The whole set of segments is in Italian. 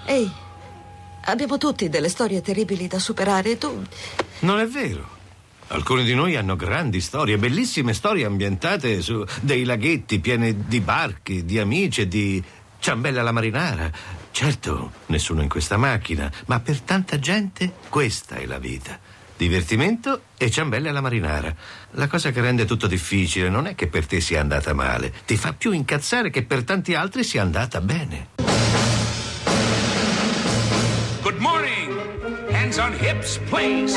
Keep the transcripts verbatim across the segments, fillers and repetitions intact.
Ehi, abbiamo tutti delle storie terribili da superare e tu... Non è vero. Alcuni di noi hanno grandi storie, bellissime storie ambientate su dei laghetti pieni di barchi, di amici e di ciambelle alla marinara. Certo, nessuno in questa macchina, ma per tanta gente questa è la vita. Divertimento e ciambelle alla marinara. La cosa che rende tutto difficile non è che per te sia andata male, ti fa più incazzare che per tanti altri sia andata bene. Good morning. Hands on hips, please.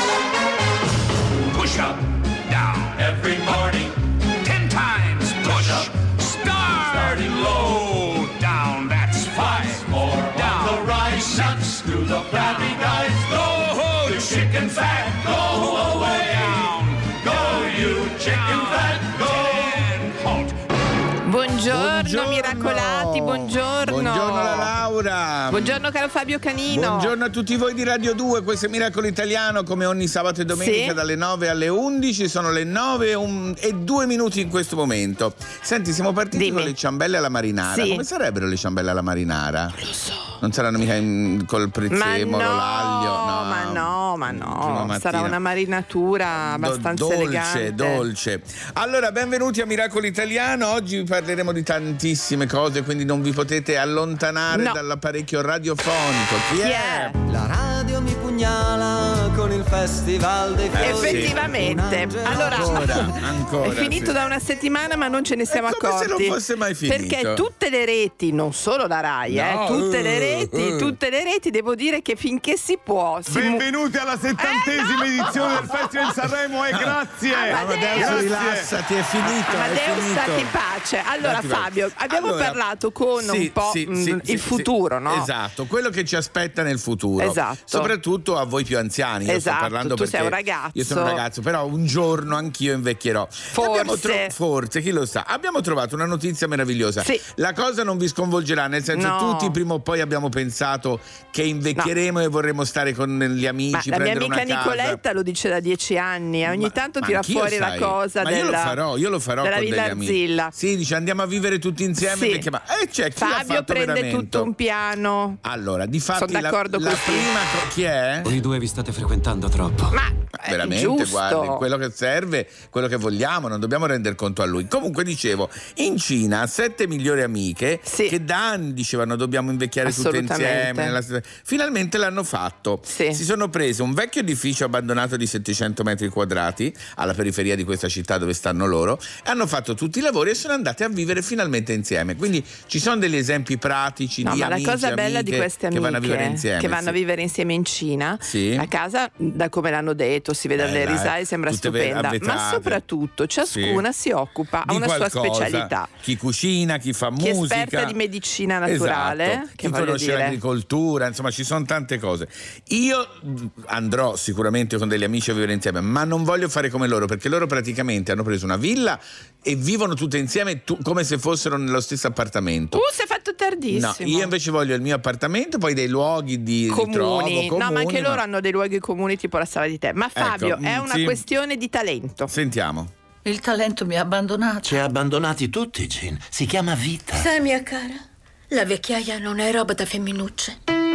Push up, down. Every morning. Ten times push up. Start. Starting low. Down, that's five. More down. On the rise. Six. To the flabby guys. Go, the chicken fat. Go away. Down. Go, you chicken fat. Go. Ten. Halt. Buongiorno, Buongiorno. miracolati, buongiorno. Buongiorno alla Laura. Buongiorno caro Fabio Canino. Buongiorno a tutti voi di Radio due, questo è Miracolo Italiano come ogni sabato e domenica Sì. dalle nove alle undici, sono le nove e, un, e due minuti in questo momento. Senti, siamo partiti Dimmi. con le ciambelle alla marinara. Sì. Come sarebbero le ciambelle alla marinara? Lo so. Non saranno mica in, col prezzemolo, ma no, l'aglio? No, ma no, ma Prima no. mattina. Sarà una marinatura abbastanza dolce, elegante. dolce. Allora, benvenuti a Miracolo Italiano. Oggi vi parleremo di tantissime cose, quindi non vi potete allontanare No. dall'apparecchio radiofonico. Chi, Chi è? è? La radio mi pugnala con il festival dei fiori. Effettivamente. Allora, Ancora, ancora, è finito sì. da una settimana, ma non ce ne siamo È come se accorti. non fosse mai finito. Perché tutte le reti, non solo la Rai, No, eh, tutte le uh, reti, uh. tutte le reti, devo dire che finché si può. Si mu- Benvenuti alla settantesima Eh, no! edizione del Festival di Sanremo e grazie. Amadeus, Adesso rilassati, è finito, è Amadeus, finito. stati in pace. Allora, Datti pace. Fabio, abbiamo Allora, parlato con sì, un po' sì, mh, sì, il sì, futuro, sì. no? Esatto, quello che ci aspetta nel futuro. Esatto. Soprattutto a voi più anziani. Io Esatto, sto parlando tu perché sei un ragazzo. Io sono un ragazzo, però un giorno anch'io invecchierò. Forse. Abbiamo tro- forse, chi lo sa. Abbiamo trovato una notizia meravigliosa. Sì. La cosa non vi sconvolgerà, nel senso No. tutti prima o poi abbiamo pensato che invecchieremo e vorremmo stare con gli Ma amici, la mia prendere amica una casa. Nicoletta lo dice da dieci anni, ogni Ma- tanto ma tira anch'io, fuori sai. la cosa ma della, io lo farò, io lo farò della con degli Villa amici. Arzilla. Sì, dice andiamo a vivere tutti insieme Sì. perché ma eh, c'è chi l'ha Fabio fatto prende veramente. tutto un piano. Allora, di fatti Sono la, d'accordo la così. prima co- chi è? Voi due vi state frequentando troppo. Ma è Veramente, giusto. guardi, quello che serve, quello che vogliamo, non dobbiamo rendere conto a lui. Comunque dicevo, in Cina sette migliori amiche Sì. che da anni dicevano dobbiamo invecchiare tutte Assolutamente. insieme, nella stessa- finalmente l'hanno fatto. Sì. Si sono prese un vecchio edificio abbandonato di settecento metri quadrati alla periferia di questa città dove stanno loro, hanno fatto tutti i lavori e sono andate a vivere finalmente insieme. Quindi ci sono degli esempi pratici No, di ma la amici, cosa bella di amiche queste amiche che vanno a vivere insieme. che vanno sì. a vivere insieme in Cina, Sì. la casa, da come l'hanno detto, si vede dalle Bella, eh. risate, sembra Tutte ve- stupenda, ma avvetrate. soprattutto ciascuna Sì. si occupa, ha Di una sua qualcosa. specialità. Chi cucina, chi fa Chi è musica. esperta di medicina naturale, Esatto. che Chi voglio conosce dire. l'agricoltura, insomma ci sono tante cose. Io mh, andrò sicuramente con degli amici a vivere insieme, ma non voglio fare come loro, perché loro praticamente hanno preso una villa e vivono tutte insieme tu- come se fossero nello stesso appartamento. Uh, si è fatto tardissimo. No, io invece voglio il mio appartamento, poi dei luoghi di ritrovo comuni. comuni. No, ma anche ma- loro hanno dei luoghi comuni tipo la sala di tè. Ma Fabio, Ecco, è mm, una sì. questione di talento. Sentiamo. Il talento mi ha abbandonato. Ci ha abbandonati tutti, Gin. Si chiama vita. Sai, mia cara, la vecchiaia non è roba da femminucce.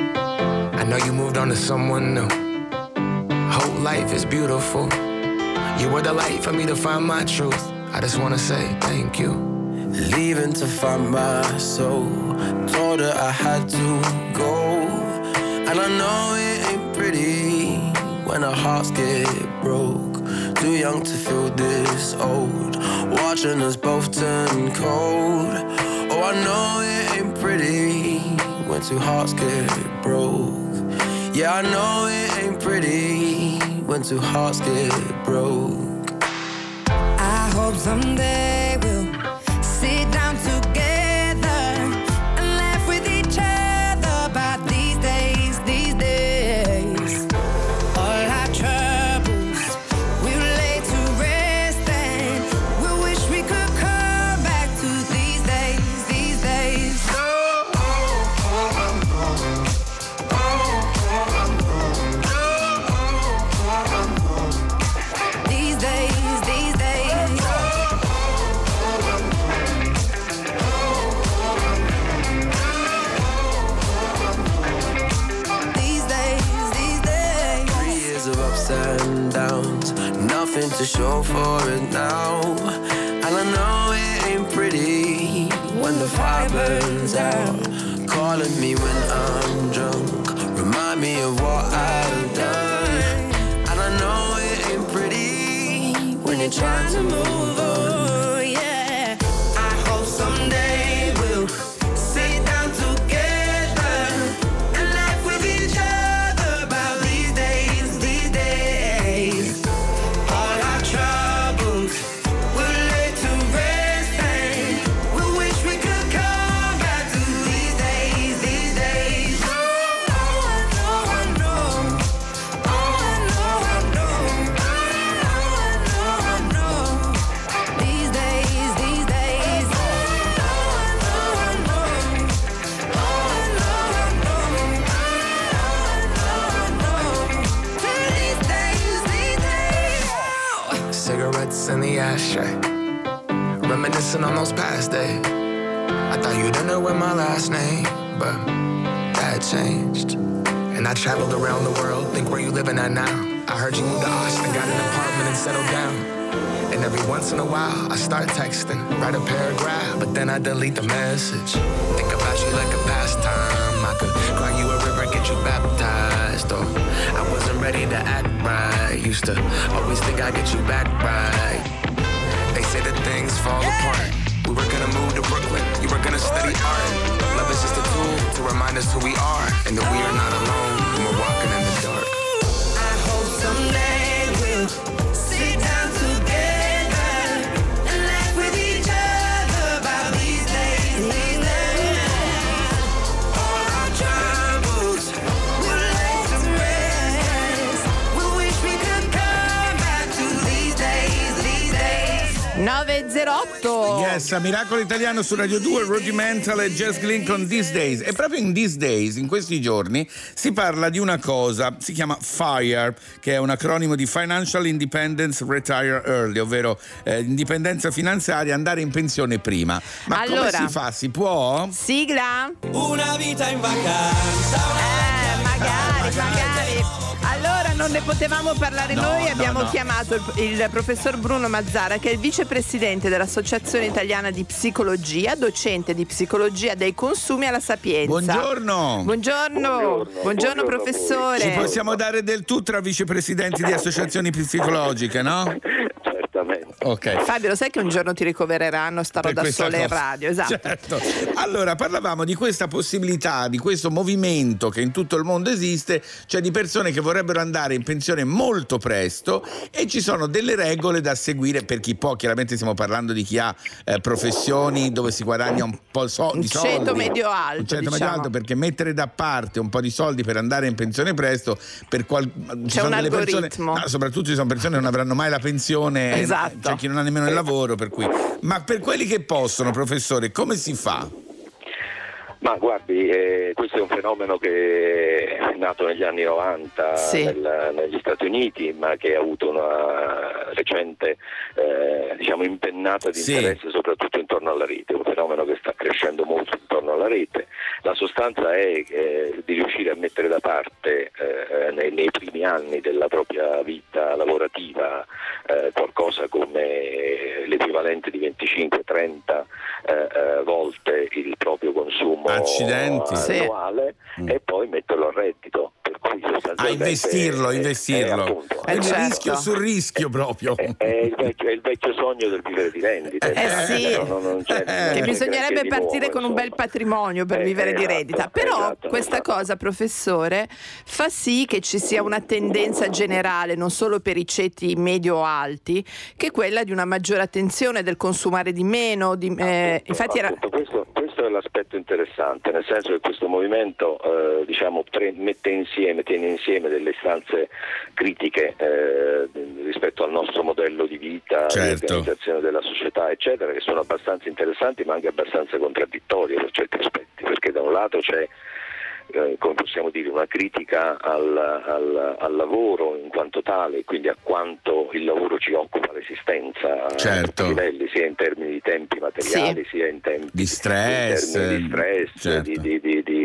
I know you moved on to someone new. Whole life is beautiful. You were the light for me to find my truth. I just wanna say thank you. Leaving to find my soul. Told her I had to go. And I know it ain't pretty when our hearts get broke. Too young to feel this old. Watching us both turn cold. Oh, I know it ain't pretty when two hearts get broke. Yeah, I know it ain't pretty when two hearts get broke. I hope someday we'll sit down together and laugh with each other about these days, these days. All our troubles we'll lay to rest and we wish we could come back to these days, these days. These days, these days. and downs, nothing to show for it now. And I know it ain't pretty when the fire burns out. Calling me when I'm drunk, remind me of what I've done. And I know it ain't pretty when you're trying to move on. Yeah, I hope someday we'll sit down together and laugh with each other about these days, these days. All our troubles we'll lay to rest and we wish we could come back to these days, these days. Oh, oh, I know, oh, I know, I know, oh, I know, I know. These days, these days. Oh, I know, I know, oh, I know, I know, oh, I know, I know. These days, these days. Cigarettes in the ashtray, reminiscing on those past days. I thought you didn't know my last name, but that changed. And I traveled around the world, think where you living at now. I heard you moved to Austin, got an apartment and settled down. And every once in a while, I start texting, write a paragraph, but then I delete the message. Think about you like a pastime. I could cry you a river, get you baptized. Or I wasn't ready to act right. Used to always think I'd get you back right. They say that things fall apart. We were gonna move to Brooklyn, you were gonna study art. Love is just a tool to remind us who we are, and that we are not alone when we're walking in the dark. I hope someday we'll sit down together and laugh with each other about these days, these days. All our troubles we'll lay to rest. We wish we could come back to these days, these days. nove e zero otto. Yes, a Miracolo Italiano su Radio due, Rudimental e Jess Glynn con These Days. E proprio in These Days, in questi giorni, si parla di una cosa, si chiama FIRE, che è un acronimo di Financial Independence Retire Early, ovvero eh, indipendenza finanziaria, andare in pensione prima. Ma Allora, come si fa? Si può? Sigla? Una vita in vacanza. Eh, magari, magari. Allora non ne potevamo parlare No, noi, no, abbiamo no. chiamato il, il professor Bruno Mazzara, che è il vicepresidente dell'Associazione Italiana di Psicologia, docente di psicologia dei consumi alla Sapienza. Buongiorno. Buongiorno, Buongiorno, buongiorno a voi. professore. Ci possiamo dare del tu tra vicepresidenti di associazioni psicologiche, no? Certamente. Ok. Fabio, lo sai che un giorno ti ricovereranno, starò Per da questa sola in cosa. radio, esatto. Certo. Allora, parlavamo di questa possibilità, di questo movimento che in tutto il mondo esiste, cioè di persone che vorrebbero andare in pensione molto presto, e ci sono delle regole da seguire per chi può. Chiaramente stiamo parlando di chi ha eh, professioni dove si guadagna un po' so- di Un soldi. ceto medio alto, Un ceto diciamo. medio alto, perché mettere da parte un po' di soldi per andare in pensione presto, per qual- ci sono un delle persone, algoritmo. no, soprattutto ci sono persone che non avranno mai la pensione, Esatto. c'è chi non ha nemmeno il lavoro, per cui. Ma per quelli che possono, professore, come si fa? Ma guardi, eh, questo è un fenomeno che è nato negli anni novanta Sì. nel- negli Stati Uniti, ma che ha avuto una recente eh, diciamo impennata di Sì. interesse soprattutto intorno alla rete, un fenomeno che sta crescendo molto intorno alla rete. La sostanza è eh, di riuscire a mettere da parte eh, nei, nei primi anni della propria vita lavorativa eh, qualcosa come l'equivalente di venticinque trenta eh, eh, volte il proprio consumo Accidenti. annuale e poi metterlo a reddito. Per cui A sostanzialmente investirlo, è- è- investirlo. è appunto, È il certo. rischio sul rischio proprio. è, è il vecchio, è il vecchio sogno del vivere di rendita. Eh sì. Non- non- non c'è- non Che c'è bisognerebbe granché di partire nuovo, con un bel insomma. patrimonio per Eh, vivere di esatto, reddita. Però esatto, questa esatto. cosa, professore, fa sì che ci sia una tendenza generale, non solo per i ceti medio-alti, che è quella di una maggiore attenzione, del consumare di meno. Di, eh, Appunto, infatti era... appunto, questo, questo è l'aspetto interessante, nel senso che questo movimento eh, diciamo, tre- mette insieme, tiene insieme delle istanze critiche eh, rispetto al nostro modello di vita, Certo. di organizzazione della società, eccetera, che sono abbastanza interessanti ma anche abbastanza contraddittorie per certi aspetti, perché da un lato c'è Eh, come possiamo dire, una critica al, al, al lavoro in quanto tale, quindi a quanto il lavoro ci occupa l'esistenza Certo. a tutti i livelli, sia in termini di tempi materiali, Sì. sia in tempi Di stress, in termini di stress, certo. di, di, di, di,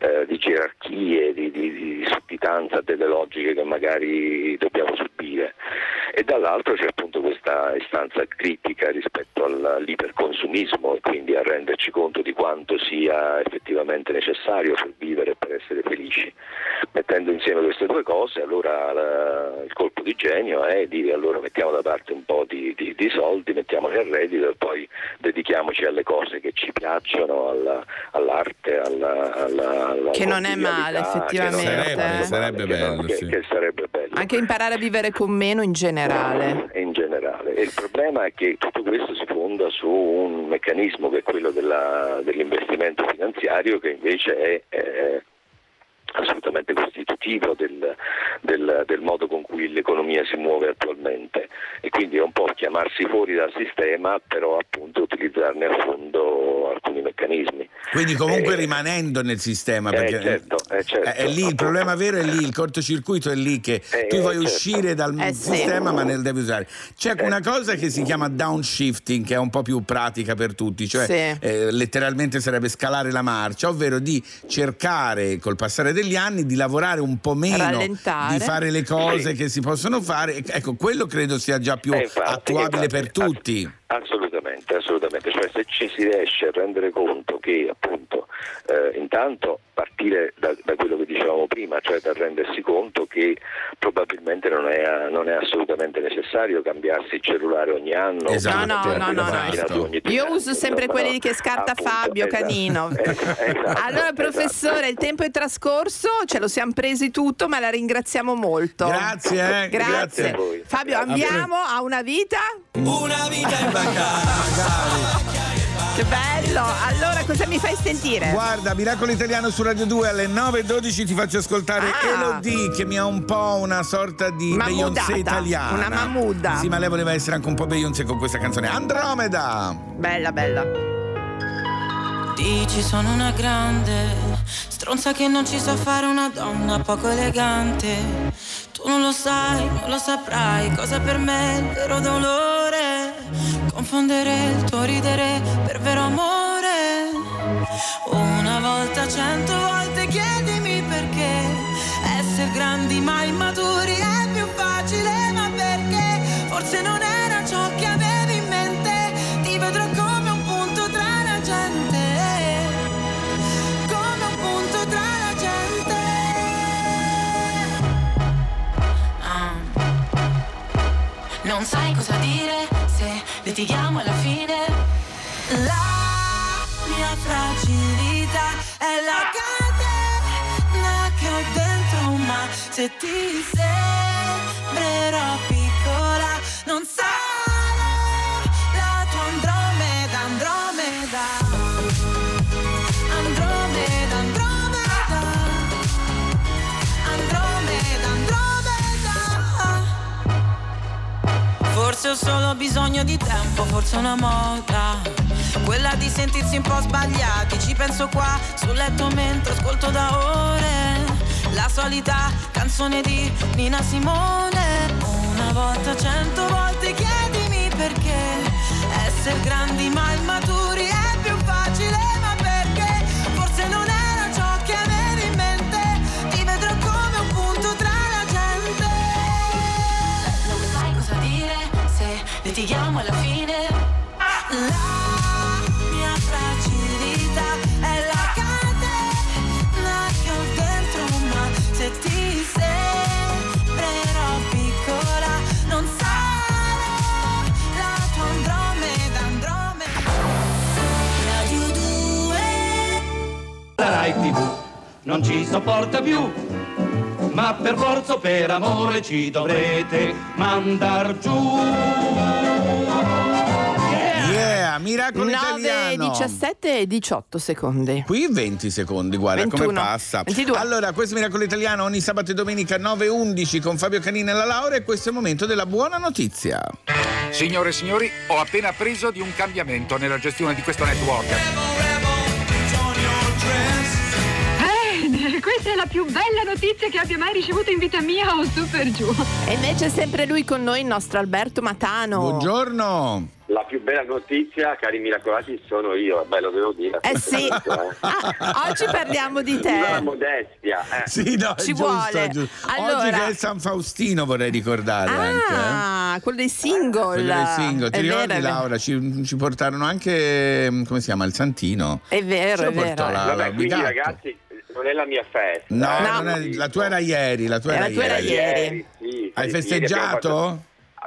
eh, di gerarchie, di, di, di sudditanza a delle logiche che magari dobbiamo subire. E dall'altro c'è appunto questa istanza critica rispetto all'iperconsumismo e quindi a renderci conto di quanto sia effettivamente necessario per vivere e per essere felici. Mettendo insieme queste due cose, allora la, il colpo di genio è dire allora mettiamo da parte un po' di, di, di soldi, mettiamoli a reddito e poi dedichiamoci alle cose che ci piacciono, alla, all'arte, alla, alla, alla che non è male effettivamente. Sarebbe, sarebbe bello, che, sì. che sarebbe bello. Anche imparare a vivere con meno in generale. In generale. E il problema è che tutto questo si fonda su un meccanismo che è quello della, dell'investimento finanziario, che invece è, è assolutamente costitutivo del, del, del modo con cui l'economia si muove attualmente, e quindi è un po' chiamarsi fuori dal sistema, però appunto utilizzarne a fondo alcuni meccanismi. Quindi comunque eh, rimanendo nel sistema, perché eh, certo, eh, certo, è lì il problema vero, è lì il cortocircuito, è lì che eh, tu vuoi certo. uscire dal Eh, sistema sì. ma ne devi usare. C'è Eh. una cosa che si chiama downshifting, che è un po' più pratica per tutti, cioè Sì. eh, letteralmente sarebbe scalare la marcia, ovvero di cercare col passare degli anni di lavorare un po' meno, Rallentare. di fare le cose Sì. che si possono fare. Ecco, quello credo sia già più Eh, infatti, attuabile infatti, per tutti. Assolutamente, assolutamente. Cioè, se ci si riesce a rendere conto che appunto eh, intanto partire da, da quello che dicevamo prima, cioè da rendersi conto che probabilmente non è, non è assolutamente necessario cambiarsi il cellulare ogni anno. Esatto. No, no, cambiarsi no, la no, macchina no. ogni due Io anni, uso sempre insomma, quelli no? che scarta Appunto, Fabio esatto, Canino. esatto, Allora professore, il tempo è trascorso, ce lo siamo presi tutto, ma la ringraziamo molto. Grazie, eh. Grazie. Grazie a voi. Fabio, andiamo a una vita? Una vita in vacanza. Che bello! Allora cosa mi fai sentire? Guarda, Miracolo Italiano su Radio due alle nove e dodici ti faccio ascoltare Ah. Elodie, che mi ha un po' una sorta di Mammudata, Beyoncé italiana. una mammuda. Sì, ma lei voleva essere anche un po' Beyoncé con questa canzone. Andromeda! Bella, bella. Dici sono una grande stronza che non ci sa fare una donna poco elegante. Tu non lo sai, non lo saprai cosa per me è il vero dolore. Confondere il tuo ridere per vero amore. Una volta, cento volte chiedimi perché essere grandi ma immaturi è più facile, ma perché forse non era ciò che avevi in mente. Ti vedrò come un punto tra la gente, come un punto tra la gente. Ah. Non sai cosa dire se litighiamo alla fine. La mia fragilità è la catena che ho dentro, ma se ti sembrerò piccola non sarò la tua Andromeda, Andromeda, Andromeda, Andromeda, Andromeda, Andromeda. Forse ho solo bisogno di tempo, forse una moda, quella di sentirsi un po' sbagliati. Ci penso qua sul letto mentre ascolto da ore la solita canzone di Nina Simone. Una volta, cento volte chiedimi perché essere grandi ma immaturi è più facile, ma perché forse non era ciò che avevi in mente. Ti vedrò come un punto tra la gente. Non sai cosa dire se litighiamo alla fine. La mia fragilità è la catena che ho dentro, ma se ti sembrerò piccola non sarò la tua Andromeda, Andromeda. Radio due. La Rai tivù non ci sopporta più, ma per forza o per amore ci dovrete mandar giù. Yeah, Miracolo nove, Italiano. diciassette e diciotto secondi. Qui venti secondi, guarda ventuno. come passa. ventidue. Allora, questo è Miracolo Italiano ogni sabato e domenica nove e undici con Fabio Canini e la Laura, e questo è il momento della buona notizia. Signore e signori, ho appena appreso di un cambiamento nella gestione di questo network. Eh, questa è la più bella notizia che abbia mai ricevuto in vita mia o su per giù. E invece è sempre lui con noi, il nostro Alberto Matano. Buongiorno. La più bella notizia, cari miracolati, sono io, beh, lo devo dire. Eh sì, ah, oggi parliamo di te. Una modestia. Eh. Sì, no, Ci giusto, vuole. giusto. Allora... Oggi che è San Faustino, vorrei ricordare ah, anche. Ah, quello dei single. Quello dei single. Ti è ricordi, vero, Laura? Ci, ci portarono anche, come si chiama, il Santino. È vero, Ce lo è vero. portò la, Vabbè, la quindi Bigatto. ragazzi, non è la mia festa. No, eh. non è, la tua era ieri. La tua Eh, era, la tua era ieri. ieri. Sì, Hai sì, festeggiato? ieri abbiamo fatto-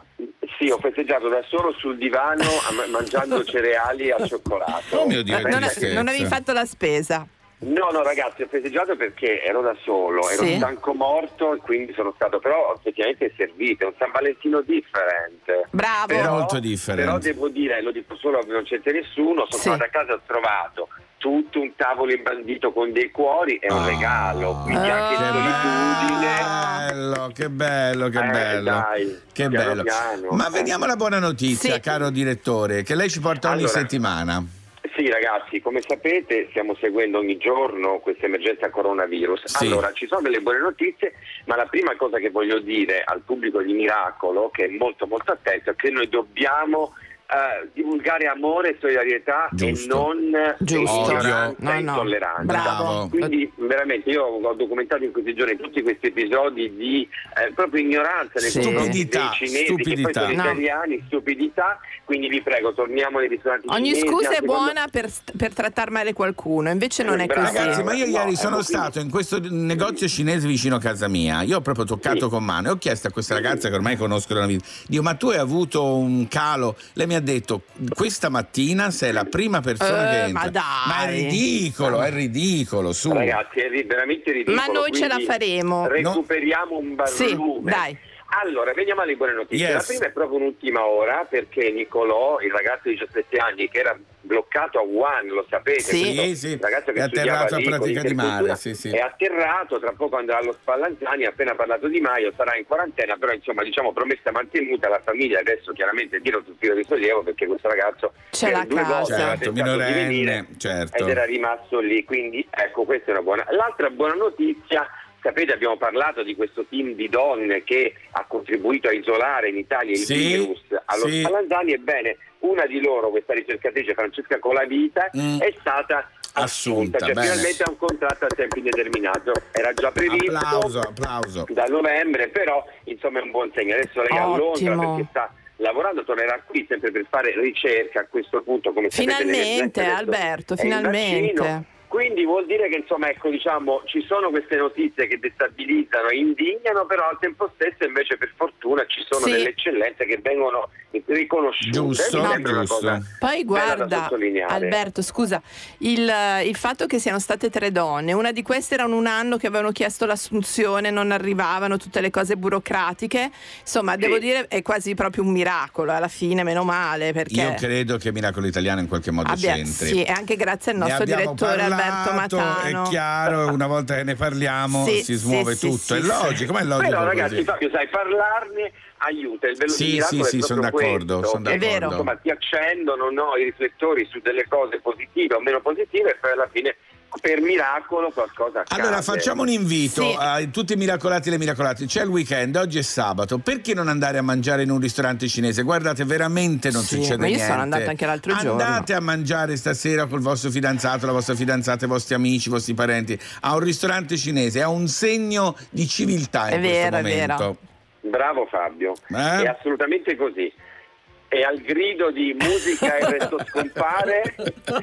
Sì, ho festeggiato da solo sul divano a- mangiando cereali al cioccolato. Oh mio Dio, Non, che non avevi fatto la spesa. No, no ragazzi, ho festeggiato perché ero da solo, ero Sì. stanco morto e quindi sono stato, però effettivamente servito, è un San Valentino differente. Bravo. È molto differente. Però devo dire, lo dico solo, non c'è nessuno, sono Sì. tornato a casa e ho trovato tutto un tavolo imbandito con dei cuori, è un Ah. regalo, quindi anche Che solitudine. bello, che bello, che Eh, bello. dai, che piano bello. piano. Ma veniamo alla buona notizia, Sì. caro direttore, che lei ci porta ogni Allora, settimana. Sì ragazzi, come sapete stiamo seguendo ogni giorno questa emergenza coronavirus. Sì. Allora, ci sono delle buone notizie, ma la prima cosa che voglio dire al pubblico di Miracolo, che è molto molto attento, è che noi dobbiamo eh, divulgare amore e solidarietà Giusto. e non Giusto. ignoranza No, e no. intolleranza. Bravo. Quindi veramente io ho documentato in questi giorni tutti questi episodi di eh, proprio ignoranza nei Sì. confronti Stupidità, dei cinesi, che poi stupidità. sono No. italiani, stupidità, quindi vi prego torniamo nei ristoranti Ogni cinesi. scusa è anche quando- buona per, per trattare male qualcuno, invece non è Bravo. così. Ragazzi, ma io No, ieri ecco, sono quindi- stato in questo negozio cinese vicino a casa mia. Io ho proprio toccato Sì. con mano e ho chiesto a questa ragazza che ormai conosco da una vita. Dico, ma tu hai avuto un calo? Lei mi ha detto, questa mattina sei la prima persona Eh, che entra. ma dai. è ridicolo, è ridicolo, su. Ragazzi, è ri- veramente ridicolo. Ma noi ce la quindi faremo. Recuperiamo un Sì, barlume. dai. Allora, veniamo alle buone notizie. Yes. La prima è proprio un'ultima ora, perché Nicolò, il ragazzo di diciassette anni che era bloccato a Wuhan, lo sapete, Sì. questo Sì, sì, ragazzo che è studiava atterrato a lì con Pratica di Mare, intercultura, sì, sì. è atterrato, tra poco andrà allo Spallanzani, ha appena parlato di Maio, sarà in quarantena, però insomma diciamo promessa mantenuta, la famiglia adesso chiaramente tira un sospiro di sollievo perché questo ragazzo C'è per la due casa. volte aveva Certo, tentato di minorenne, venire certo. ed era rimasto lì, quindi ecco, questa è una buona. L'altra buona notizia, sapete, abbiamo parlato di questo team di donne che ha contribuito a isolare in Italia il Sì, virus allo sì. Spallanzani. Ebbene, una di loro, questa ricercatrice Francesca Colavita, Mm. è stata assunta, Assunta, cioè bene. finalmente ha un contratto a tempo indeterminato. Era già previsto Applauso, applauso. da novembre, però insomma è un buon segno. Adesso lei è a Londra Ottimo. perché sta lavorando, tornerà qui sempre per fare ricerca a questo punto, come sapete, Finalmente, l'emergenza adesso Alberto, è il finalmente. vaccino. Quindi vuol dire che insomma ecco diciamo ci sono queste notizie che destabilizzano e indignano, però al tempo stesso invece per fortuna ci sono Sì. delle eccellenze che vengono riconosciute. Giusto, Mi sembra una giusto. cosa Poi bella da guarda, sottolineare. Alberto, scusa, il, il fatto che siano state tre donne, una di queste erano un anno che avevano chiesto l'assunzione, non arrivavano, tutte le cose burocratiche, insomma devo dire è quasi proprio un miracolo alla fine, meno male, perché Io credo che Miracolo Italiano in qualche modo abbia- c'entri. sì, e anche grazie al Ne nostro abbiamo direttore Alberto parlato, Matano. È chiaro, una volta che ne parliamo Sì, si sì, smuove sì, tutto, sì, è sì. logico, ma è logico Però ragazzi, così. Fabio, sai, parlarne aiuta, il velo Sì, di miracolo sì, è sì, proprio sono d'accordo, questo, sono che, d'accordo. insomma, ti accendono no, i riflettori su delle cose positive o meno positive e poi alla fine per miracolo qualcosa accade. Allora facciamo un invito Sì. a tutti i miracolati e le miracolate. C'è il weekend, oggi è sabato. Perché non andare a mangiare in un ristorante cinese? Guardate, veramente non Sì, succede ma io niente. sono andata anche l'altro giorno. Andate a mangiare stasera col vostro fidanzato, la vostra fidanzata, i vostri amici, i vostri parenti a un ristorante cinese. È un segno di civiltà in È questo vero, è momento. vero. Bravo Fabio, Eh? è assolutamente così. E al grido di musica il resto scompare.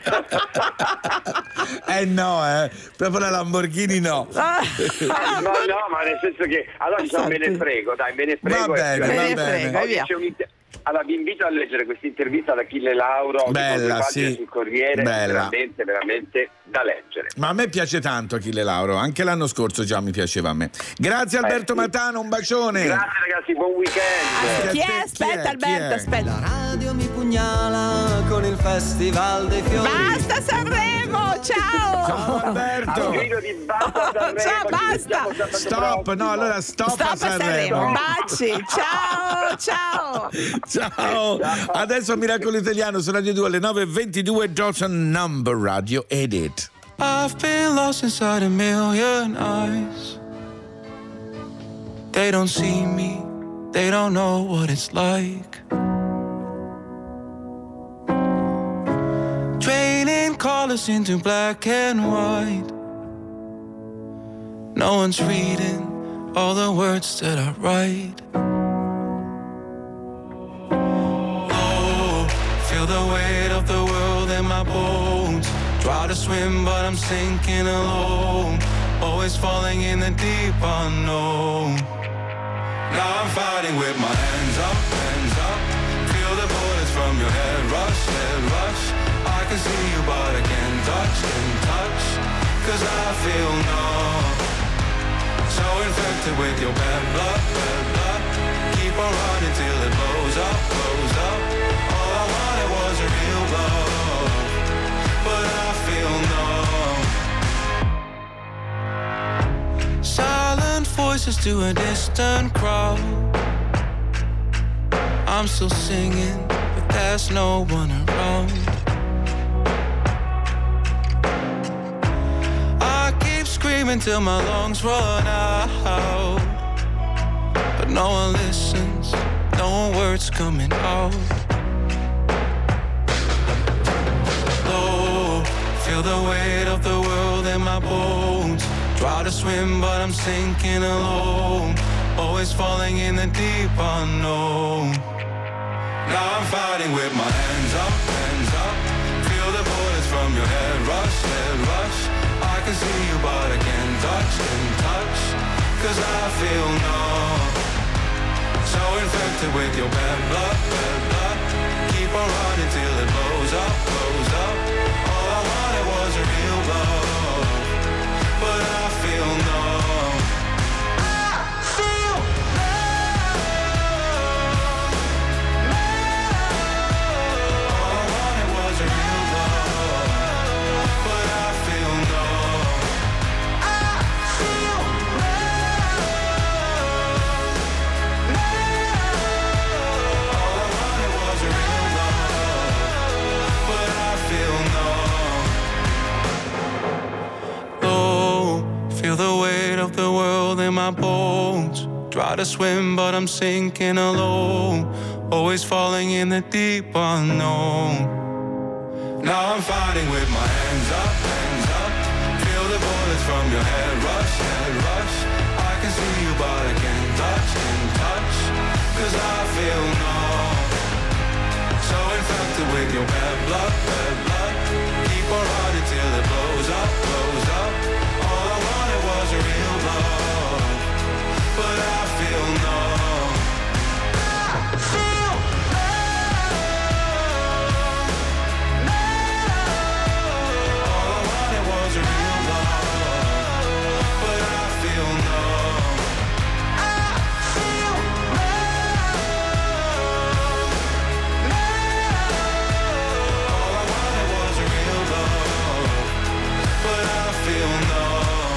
Eh no, eh, proprio la Lamborghini no. Ah, No, no, ma nel senso che allora diciamo, me ne frego, dai, me ne frego. Va bene, e- va me ne bene. frego, e Oggi via. c'è un'inter- Allora vi invito a leggere questa intervista da Achille Lauro, Bella, di due pagine sì. sul Corriere, Bella. veramente, veramente da leggere. Ma a me piace tanto Achille Lauro, anche l'anno scorso già mi piaceva a me. Grazie Alberto Eh, sì. Matano, un bacione. Grazie ragazzi, buon weekend. chi a è? te, chi Aspetta è? Alberto, Chi è? aspetta. Radio mi pugnala con il festival dei fiori. Basta Sanremo, ciao! Ciao Al Alberto. grido di basta Sanremo, Ciao, ci basta. sentiamo sabato Stop, prossimo. no, allora stop, Stop a a Sanremo, Sanremo. baci, ciao, ciao! Ciao. Adesso Miracolo Italiano su Radio due alle nove e ventidue, Johnson Number Radio Edit. I've been lost inside a million eyes. They don't see me, they don't know what it's like. us into black and white. No one's reading all the words that I write. Oh, feel the weight of the world in my bones. Try to swim but I'm sinking alone. Always falling in the deep unknown. Now I'm fighting with my hands up, hands up. Feel the bullets from your head rush, head rush. I can see you but I can't touch, can't touch. Cause I feel numb. So infected with your bad blood, bad blood. Keep on running till it blows up, blows up. All I wanted was a real love, but I feel numb. Silent voices to a distant crowd. I'm still singing, but there's no one around. Screaming till my lungs run out, but no one listens, no words coming out. Oh, feel the weight of the world in my bones. Try to swim but I'm sinking alone. Always falling in the deep unknown. Now I'm fighting with my hands up, hands up. Feel the bullets from your head rush, head rush. I can see you but I can't touch, can't touch. Cause I feel numb. So infected with your bad blood, bad blood. Keep on running till it blows up, blows up. All I wanted was a real love, but I feel numb. I feel numb. All I wanted was a real love, but I feel numb. Feel the weight of the world in my bones. Try to swim but I'm sinking alone. Always falling in the deep unknown. Now I'm fighting with my hands up, hands up. Feel the bullets from your head rush, head rush. I can see you but I can't touch, can't touch. Cause I feel numb. So infected with your bad blood, bad blood. Keep on running till it blows up, blows up. All I wanted was a real love, but I feel numb. I feel numb, numb. All I wanted was a real love, but I feel numb. I feel numb, numb. All I wanted was a real love, but I feel numb.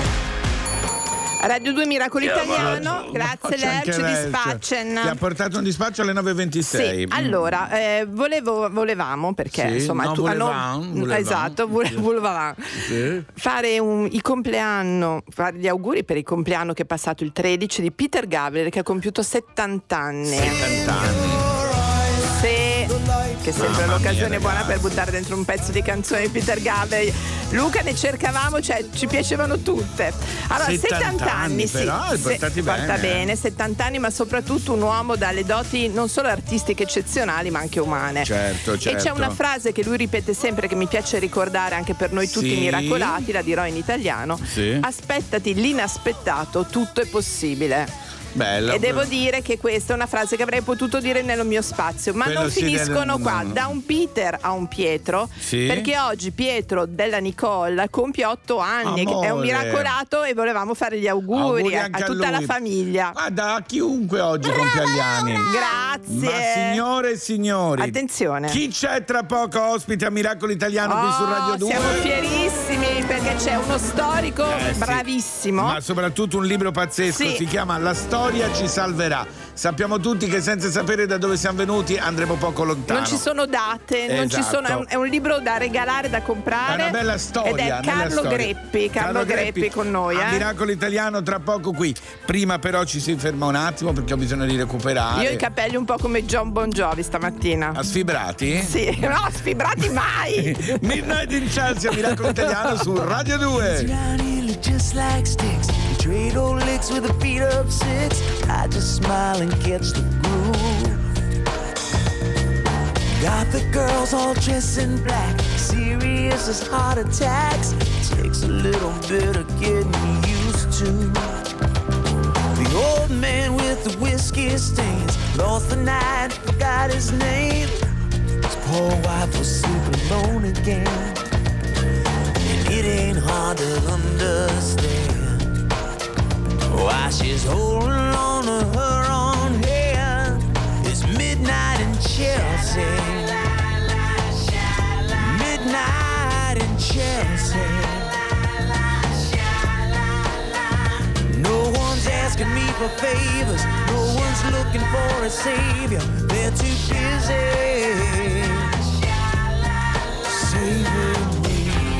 Radio due Miracolo Italiano, grazie Lercio di Spaccen. Ti ha portato un dispaccio alle nove e ventisei. Sì, allora, eh, volevo, volevamo, perché Sì, insomma, no, tu, volevamo, ah, no, volevamo. esatto, vole- volevamo Sì. fare un, i compleanno, fare gli auguri per il compleanno che è passato il tredici di Peter Gabriel, che ha compiuto settanta anni. settanta anni. Sì, che sembra Mamma l'occasione mia, buona ragazzi. per buttare dentro un pezzo di canzone di Peter Gabriel. Luca, ne cercavamo, cioè ci piacevano tutte. Allora, settanta settanta anni, anni, sì, però, li portati se- bene. porta bene, settanta anni, ma soprattutto un uomo dalle doti non solo artistiche eccezionali, ma anche umane. Certo, certo. E c'è una frase che lui ripete sempre, che mi piace ricordare anche per noi tutti Sì. miracolati, la dirò in italiano. Sì. Aspettati l'inaspettato, tutto è possibile. Bella. E devo dire che questa è una frase che avrei potuto dire nel mio spazio, ma Quello non sì, finiscono del- qua. no, no. Da un Peter a un Pietro, Sì. perché oggi Pietro della Nicola compie otto anni, Amore. è un miracolato e volevamo fare gli auguri, Auguri a, anche a a tutta la lui. famiglia. Guarda, a chiunque oggi compie gli anni. Grazie. Ma signore e signori, Attenzione. chi c'è tra poco ospite a Miracolo Italiano qui Oh, su Radio due? siamo fierissimi. perché c'è uno storico Eh, sì. bravissimo. Ma soprattutto un libro pazzesco, Sì. si chiama La storia ci salverà. Sappiamo tutti che senza sapere da dove siamo venuti andremo poco lontano. Non ci sono date, non ci Esatto. sono, è, un, è un libro da regalare, da comprare. È una bella storia. Ed è bella Carlo storia. Greppi, Carlo, Greppi, con noi. a Eh? Miracolo Italiano tra poco qui. Prima però ci si ferma un attimo perché ho bisogno di recuperare. Io ho i capelli un po' come John Bon Jovi stamattina. A sfibrati? Sì, no, sfibrati mai. Midnight in Chelsea, Miracolo Italiano su Radio due. Look just like sticks. You trade old licks with a beat up six. I just smile and catch the groove. Got the girls all dressed in black, serious as heart attacks. Takes a little bit of getting used to. The old man with the whiskey stains lost the night, forgot his name. His poor wife was sleeping alone again. It ain't hard to understand why she's holding on to her own hand. It's midnight in Chelsea. Midnight in Chelsea. No one's asking me for favors. No one's looking for a savior. They're too busy saving me.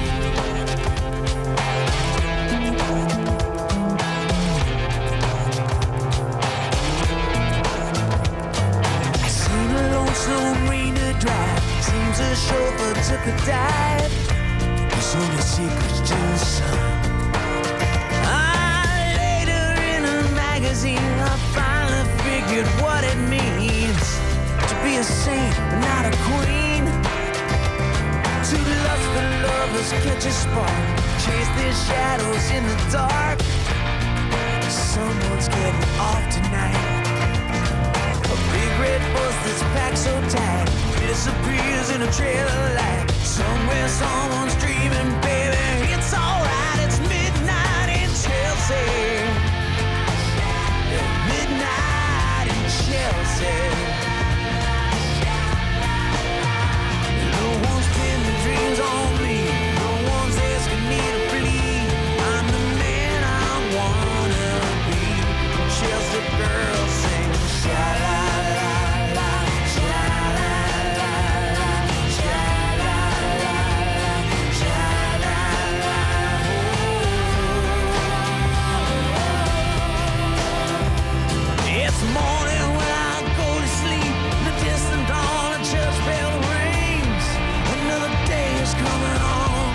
Lonesome Marina Drive. Seems a chauffeur took a dive. There's only secrets to the sun. Ah, later in a magazine I finally figured what it means to be a saint but not a queen. Two lustful lovers catch a spark, chase their shadows in the dark. Someone's getting off tonight. Big red bus that's packed so tight disappears in a trail of light. Somewhere someone's dreaming, baby, it's alright. It's midnight in Chelsea. Midnight in Chelsea. No one's pinning dreams on me. No one's asking me to plead. I'm the man I wanna be. Chelsea girls sing sha-la. Morning when I go to sleep, the distant dawn, a church bell rings. Another day is coming on.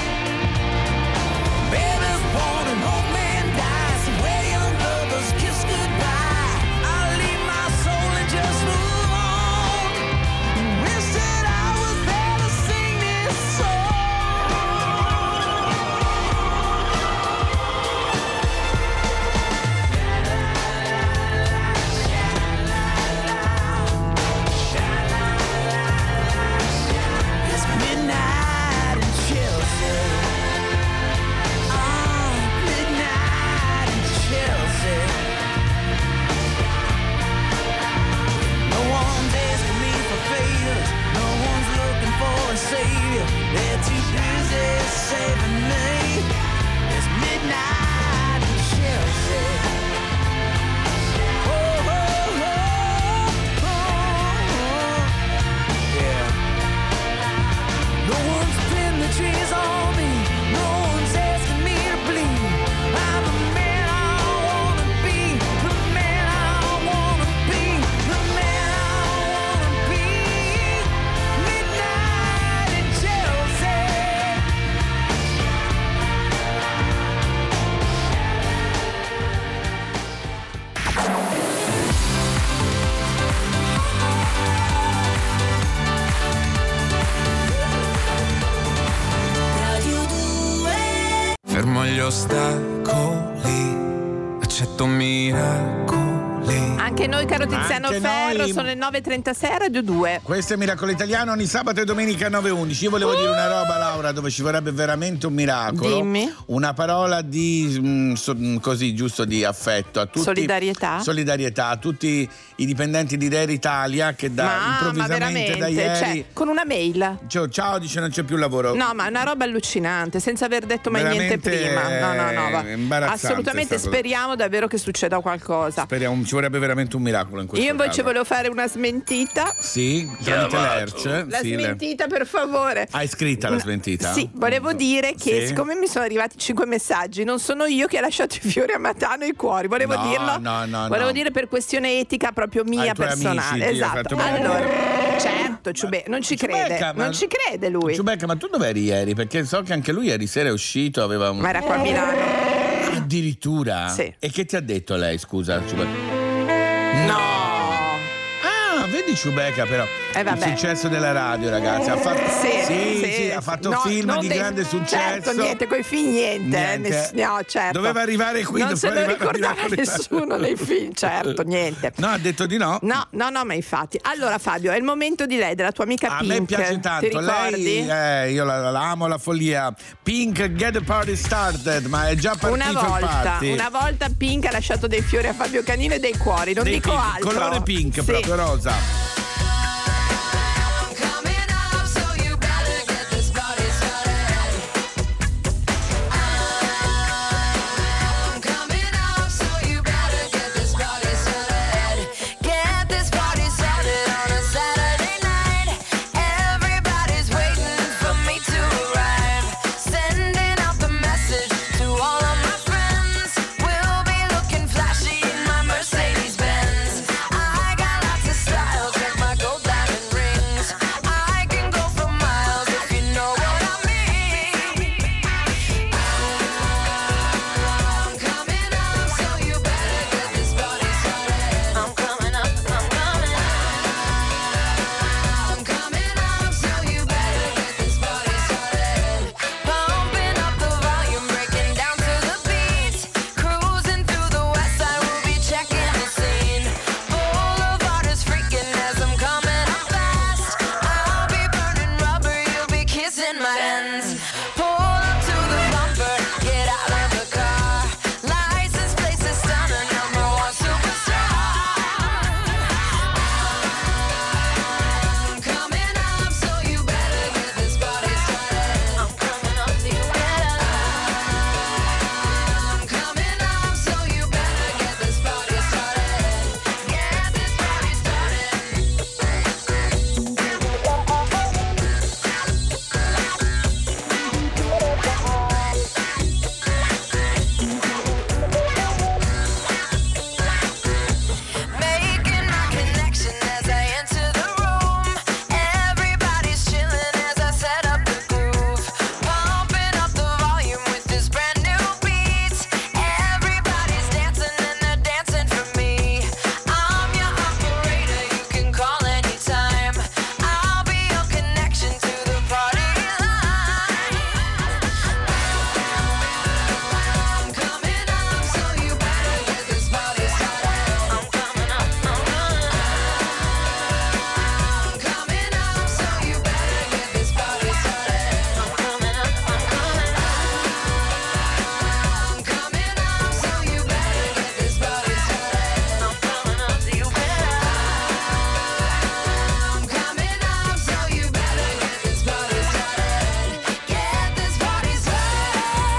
Baby's born and old man dies, where young lovers kiss goodbye. I'll leave my soul and just move on. Wish that I was there to sing this song. Midnight in Chelsea. Oh, midnight in Chelsea. No one's asking me for favors. No one's looking for a savior. They're too busy saving me. It's midnight in Chelsea. Oh, oh, oh, oh, yeah. No one's pinned the trees on me. No one's asking me to bleed. I'm the man I wanna be. The man I wanna be. The man I wanna be. Midnight in Chelsea. Fermo gli ostacoli, accetto miracoli. Anche noi, caro Tiziano Anche Ferro, noi. sono le nove e trentasei, Radio due. Questo è Miracolo Italiano ogni sabato e domenica nove e undici. Io volevo dire una roba, Laura, dove ci vorrebbe veramente un miracolo. Dimmi. Una parola di mm, so- mm, così giusto di affetto a tutti. Solidarietà? Solidarietà a tutti i dipendenti di Air Italia che da Ma, ma improvvisamente veramente, da ieri cioè, con una mail. ciao, ciao, dice non c'è più lavoro. No, ma è una roba allucinante, senza aver detto mai niente Veramente, prima. No, no, no. va. eh, imbarazzante Assolutamente sta cosa. speriamo davvero che succeda qualcosa. Speriamo, ci vorrebbe veramente un miracolo in questo Io invece caso. volevo fare una smentita. Sì, tramite l'Erce. La sì, le- smentita, per favore. Hai scritta la smentita? Sì, volevo dire che Sì. siccome mi sono arrivati cinque messaggi, non sono io che ho lasciato i fiori a Matano e i cuori, volevo No, dirlo. no, no, volevo no. dire per questione etica proprio mia Ai tuoi personale. amici, Dio, esatto. fatto bene. Allora, certo, Ciube, non ci crede, Ciubecca, ma- non ci crede lui. Ciubecca, ma tu dov'eri ieri? Perché so che anche lui ieri sera è uscito, aveva un... Ma era qua a Milano. Addirittura? Sì. E che ti ha detto lei, scusa, Ciubecca? No. Ah, vedi Ciubecca però. Eh, il vabbè. successo della radio, ragazzi. Ha fatto, Sì, sì, sì, sì, ha fatto no, film non di dei- grande successo. Certo, niente, coi film niente. eh, Niente. ness- no, certo. Doveva arrivare qui, Non dopo se lo arrivare a ricordava Miracolo Italiano. nessuno nei film, certo, niente. No, ha detto di no. No, no, no, ma infatti. Allora Fabio, è il momento di lei, della tua amica A Pink. me piace tanto, Ti ricordi? lei, eh, io la, la amo la follia. Pink, get the party started, ma è già partito Una il volta, party. una volta Pink ha lasciato dei fiori a Fabio Canino e dei cuori, non Dei dico pink, altro. colore pink, Sì. proprio rosa. Get this party started on a Saturday night. Everybody's waiting for me to arrive. Sending out the message to all of my friends. We'll be looking flashy in my Mercedes Benz. I got lots of style, check my gold diamond rings. I can go for miles if you know what I mean. I'm coming up, so you better get this party started. I'm coming up, I'm coming up. I'm coming up, so you better get this party started. Pumping up the volume, breaking down to the beat. Cruising through the west side, we'll be checking the scene. Boulevard is freaking as I'm coming up fast. I'll be burning rubber, you'll be kissing my hands. Pull up to the bumper, get out of the car. License plate is stunning, number one superstar. I'm coming up, so you better get this party started. I'm coming up, so you better. I'm coming up, so you better get this party started. Get this party Making my connection as I enter the room. Everybody's chilling as I set up the groove. Pumping up the volume with this brand new beat. Everybody's dancing and they're dancing for me. I'm your operator, you can call anytime. I'll be your connection to the party line. I'm coming up, so you better get this party started. I'm coming up, I'm coming up. I'm coming up, so you better get this party started. I'm coming up, I'm coming up. I'm coming up, so you better get this party started. I'm coming up, so you better. I'm coming up, so you better get this party started. Get this party started.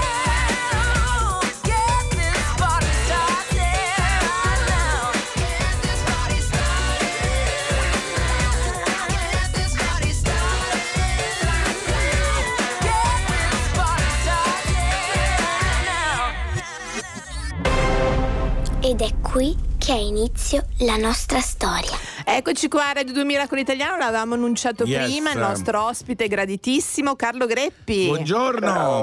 Get this party started right now. Get this party started. Get this party started. Ed è qui che ha inizio la nostra storia. Eccoci qua a Radio due Miracolo Italiano, l'avevamo annunciato Yes. prima, il nostro ospite graditissimo Carlo Greppi. Buongiorno.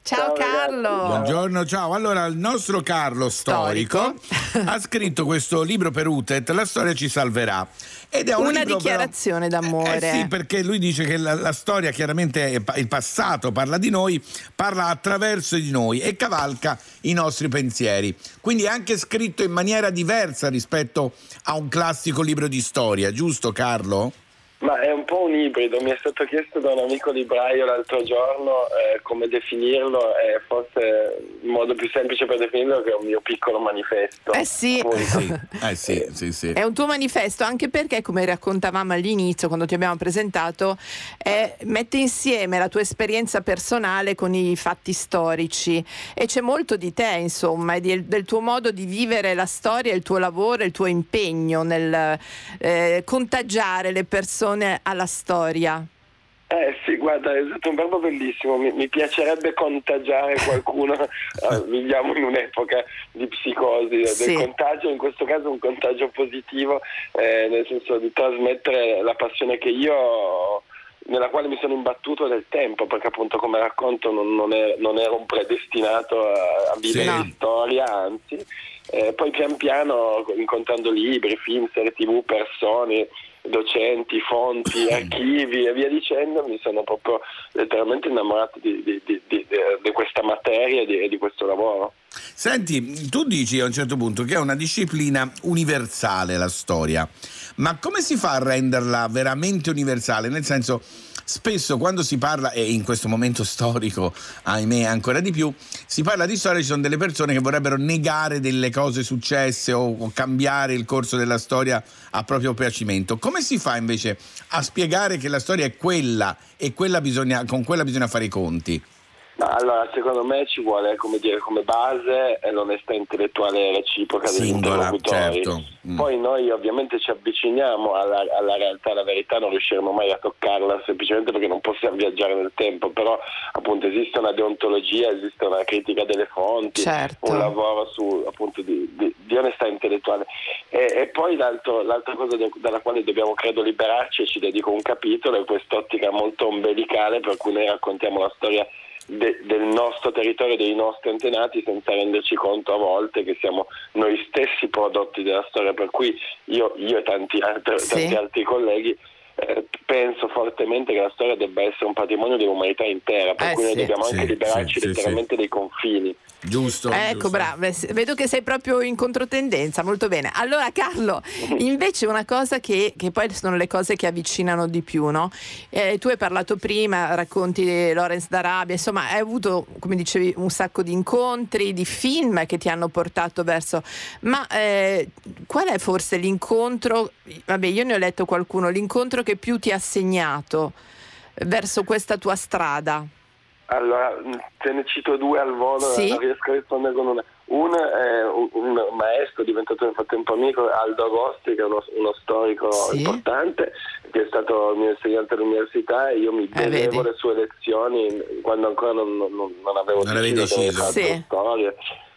Ciao, ciao Carlo. Buongiorno, ciao. Allora, il nostro Carlo storico, storico. ha scritto questo libro per U T E T, La storia ci salverà. Ed è un una libro, dichiarazione però, d'amore. Eh, sì, perché lui dice che la, la storia, chiaramente, il passato parla di noi, parla attraverso di noi e cavalca i nostri pensieri. Quindi è anche scritto in maniera diversa rispetto a un classico libro di storia, giusto Carlo? Ma è un po' un ibrido, mi è stato chiesto da un amico libraio l'altro giorno eh, come definirlo, e forse il modo più semplice per definirlo è che è un mio piccolo manifesto. Eh sì, eh sì, eh sì, sì, sì. È un tuo manifesto, anche perché, come raccontavamo all'inizio quando ti abbiamo presentato, eh, mette insieme la tua esperienza personale con i fatti storici e c'è molto di te, insomma, e di, del tuo modo di vivere la storia, il tuo lavoro, il tuo impegno nel eh, contagiare le persone alla storia. Eh sì, guarda, è stato un verbo bellissimo, mi, mi piacerebbe contagiare qualcuno. uh, viviamo in un'epoca di psicosi, sì. del contagio, in questo caso un contagio positivo, eh, nel senso di trasmettere la passione che io nella quale mi sono imbattuto nel tempo, perché appunto, come racconto, non, non, è, non ero un predestinato a, a vivere sì. di storia, anzi. Eh, poi pian piano, incontrando libri, film, serie tv, persone, docenti, fonti, archivi e via dicendo, mi sono proprio letteralmente innamorato di, di, di, di, di questa materia e di, di questo lavoro. Senti, tu dici a un certo punto che è una disciplina universale la storia, ma come si fa a renderla veramente universale? Nel senso, spesso quando si parla, e in questo momento storico, ahimè ancora di più, si parla di storia, ci sono delle persone che vorrebbero negare delle cose successe o, o cambiare il corso della storia a proprio piacimento. Come si fa invece a spiegare che la storia è quella e quella bisogna, con quella bisogna fare i conti? Allora, secondo me ci vuole, come dire, come base l'onestà intellettuale reciproca degli Singola, interlocutori. certo. Mm. Poi noi ovviamente ci avviciniamo alla, alla realtà, alla verità non riusciremo mai a toccarla, semplicemente perché non possiamo viaggiare nel tempo, però appunto esiste una deontologia, esiste una critica delle fonti, certo. un lavoro su appunto di, di, di onestà intellettuale. E, e poi l'altro, l'altra cosa de, dalla quale dobbiamo credo liberarci, e ci dedico un capitolo, è quest'ottica molto ombelicale per cui noi raccontiamo la storia De, del nostro territorio, dei nostri antenati, senza renderci conto a volte che siamo noi stessi prodotti della storia, per cui io, io e tanti altri, sì. tanti altri colleghi eh, penso fortemente che la storia debba essere un patrimonio dell'umanità intera, per eh cui sì. noi dobbiamo sì, anche liberarci sì, letteralmente sì. dei confini. Giusto. Ecco, giusto. bravo, vedo che sei proprio in controtendenza, molto bene. Allora Carlo, invece una cosa che, che poi sono le cose che avvicinano di più, no? Eh, tu hai parlato prima, racconti di Lawrence d'Arabia, insomma hai avuto, come dicevi, un sacco di incontri, di film che ti hanno portato verso, ma eh, qual è forse l'incontro, vabbè io ne ho letto qualcuno, l'incontro che più ti ha segnato verso questa tua strada? Allora, te ne cito due al volo, sì? non riesco a rispondere con una. Uno è un, un maestro diventato nel frattempo amico, Aldo Agosti, che è uno, uno storico sì? importante, che è stato il mio insegnante all'università, e io mi bevevo eh, le sue lezioni quando ancora non, non, non avevo non deciso, deciso. Sì. storia.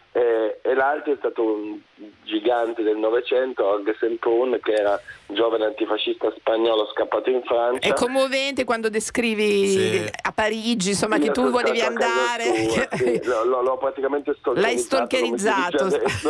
E, e l'altro è stato un gigante del Novecento, Olga Semprún, che era un giovane antifascista spagnolo scappato in Francia. È commovente quando descrivi sì. a Parigi, insomma, Io che tu sono volevi stato a casa andare. sua, sì, l'ho, l'ho praticamente stalkerizzato. L'hai stalkerizzato.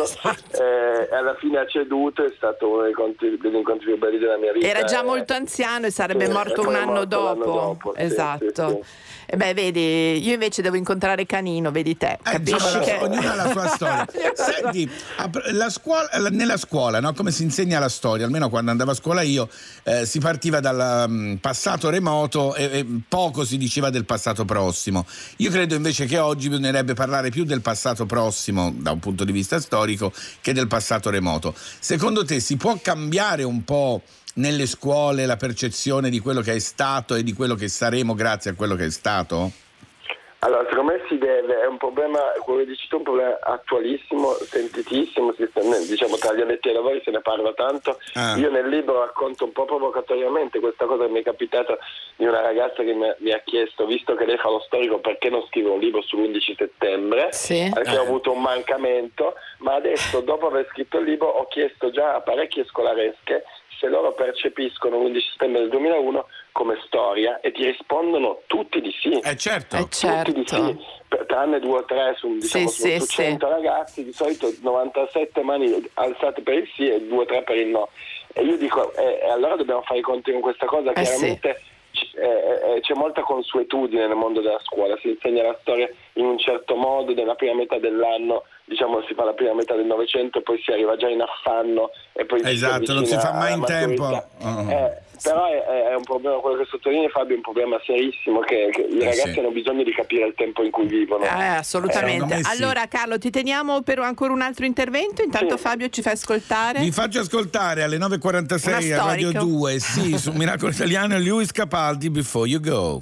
E alla fine ha ceduto, è stato uno dei incontri, degli incontri più belli della mia vita. Era già e, molto anziano e sarebbe sì, morto e un poi è anno morto dopo. l'anno dopo, sì, esatto. sì, sì. E beh, vedi, io invece devo incontrare Canino, vedi te. Eh, Capisci insomma, che... ognuno ha la sua storia. Senti, la scuola, nella scuola, no, come si insegna la storia, almeno quando andavo a scuola io, eh, si partiva dal um, passato remoto e, e poco si diceva del passato prossimo. Io credo invece che oggi bisognerebbe parlare più del passato prossimo da un punto di vista storico che del passato remoto. Secondo te si può cambiare un po' nelle scuole la percezione di quello che è stato e di quello che saremo grazie a quello che è stato? Allora, secondo me si deve, è un problema, quello che dici tu, un problema attualissimo, sentitissimo, diciamo tra gli addetti ai lavori se ne parla tanto. Ah. Io nel libro racconto un po' provocatoriamente questa cosa che mi è capitata di una ragazza che mi ha, mi ha chiesto, visto che lei fa lo storico, perché non scrive un libro sull'undici settembre, sì. perché eh. ho avuto un mancamento, ma adesso dopo aver scritto il libro ho chiesto già a parecchie scolaresche se loro percepiscono l'undici settembre del duemilauno come storia e ti rispondono tutti di sì. Eh certo. Eh certo. Tutti di sì. tranne due o tre su, diciamo, Sì, su, sì, su cento ragazzi, di solito novantasette mani alzate per il sì e due o tre per il no. E io dico, eh, allora dobbiamo fare i conti con questa cosa, Eh, chiaramente c- eh, eh, c'è molta consuetudine nel mondo della scuola, si insegna la storia in un certo modo, nella prima metà dell'anno, diciamo si fa la prima metà del Novecento, poi si arriva già in affanno e poi Esatto, non si fa mai in tempo. Oh. Eh, però è, è un problema, quello che sottolinea Fabio è un problema serissimo, che, che i Eh, ragazzi sì. hanno bisogno di capire il tempo in cui vivono. Eh, assolutamente. Eh, secondo me sì. Allora Carlo, ti teniamo per ancora un altro intervento, intanto Sì. Fabio ci fa ascoltare. Vi faccio ascoltare alle nove e quarantasei Una a Radio storica. due, sì, su Miracolo Italiano, Lewis Capaldi, Before You Go.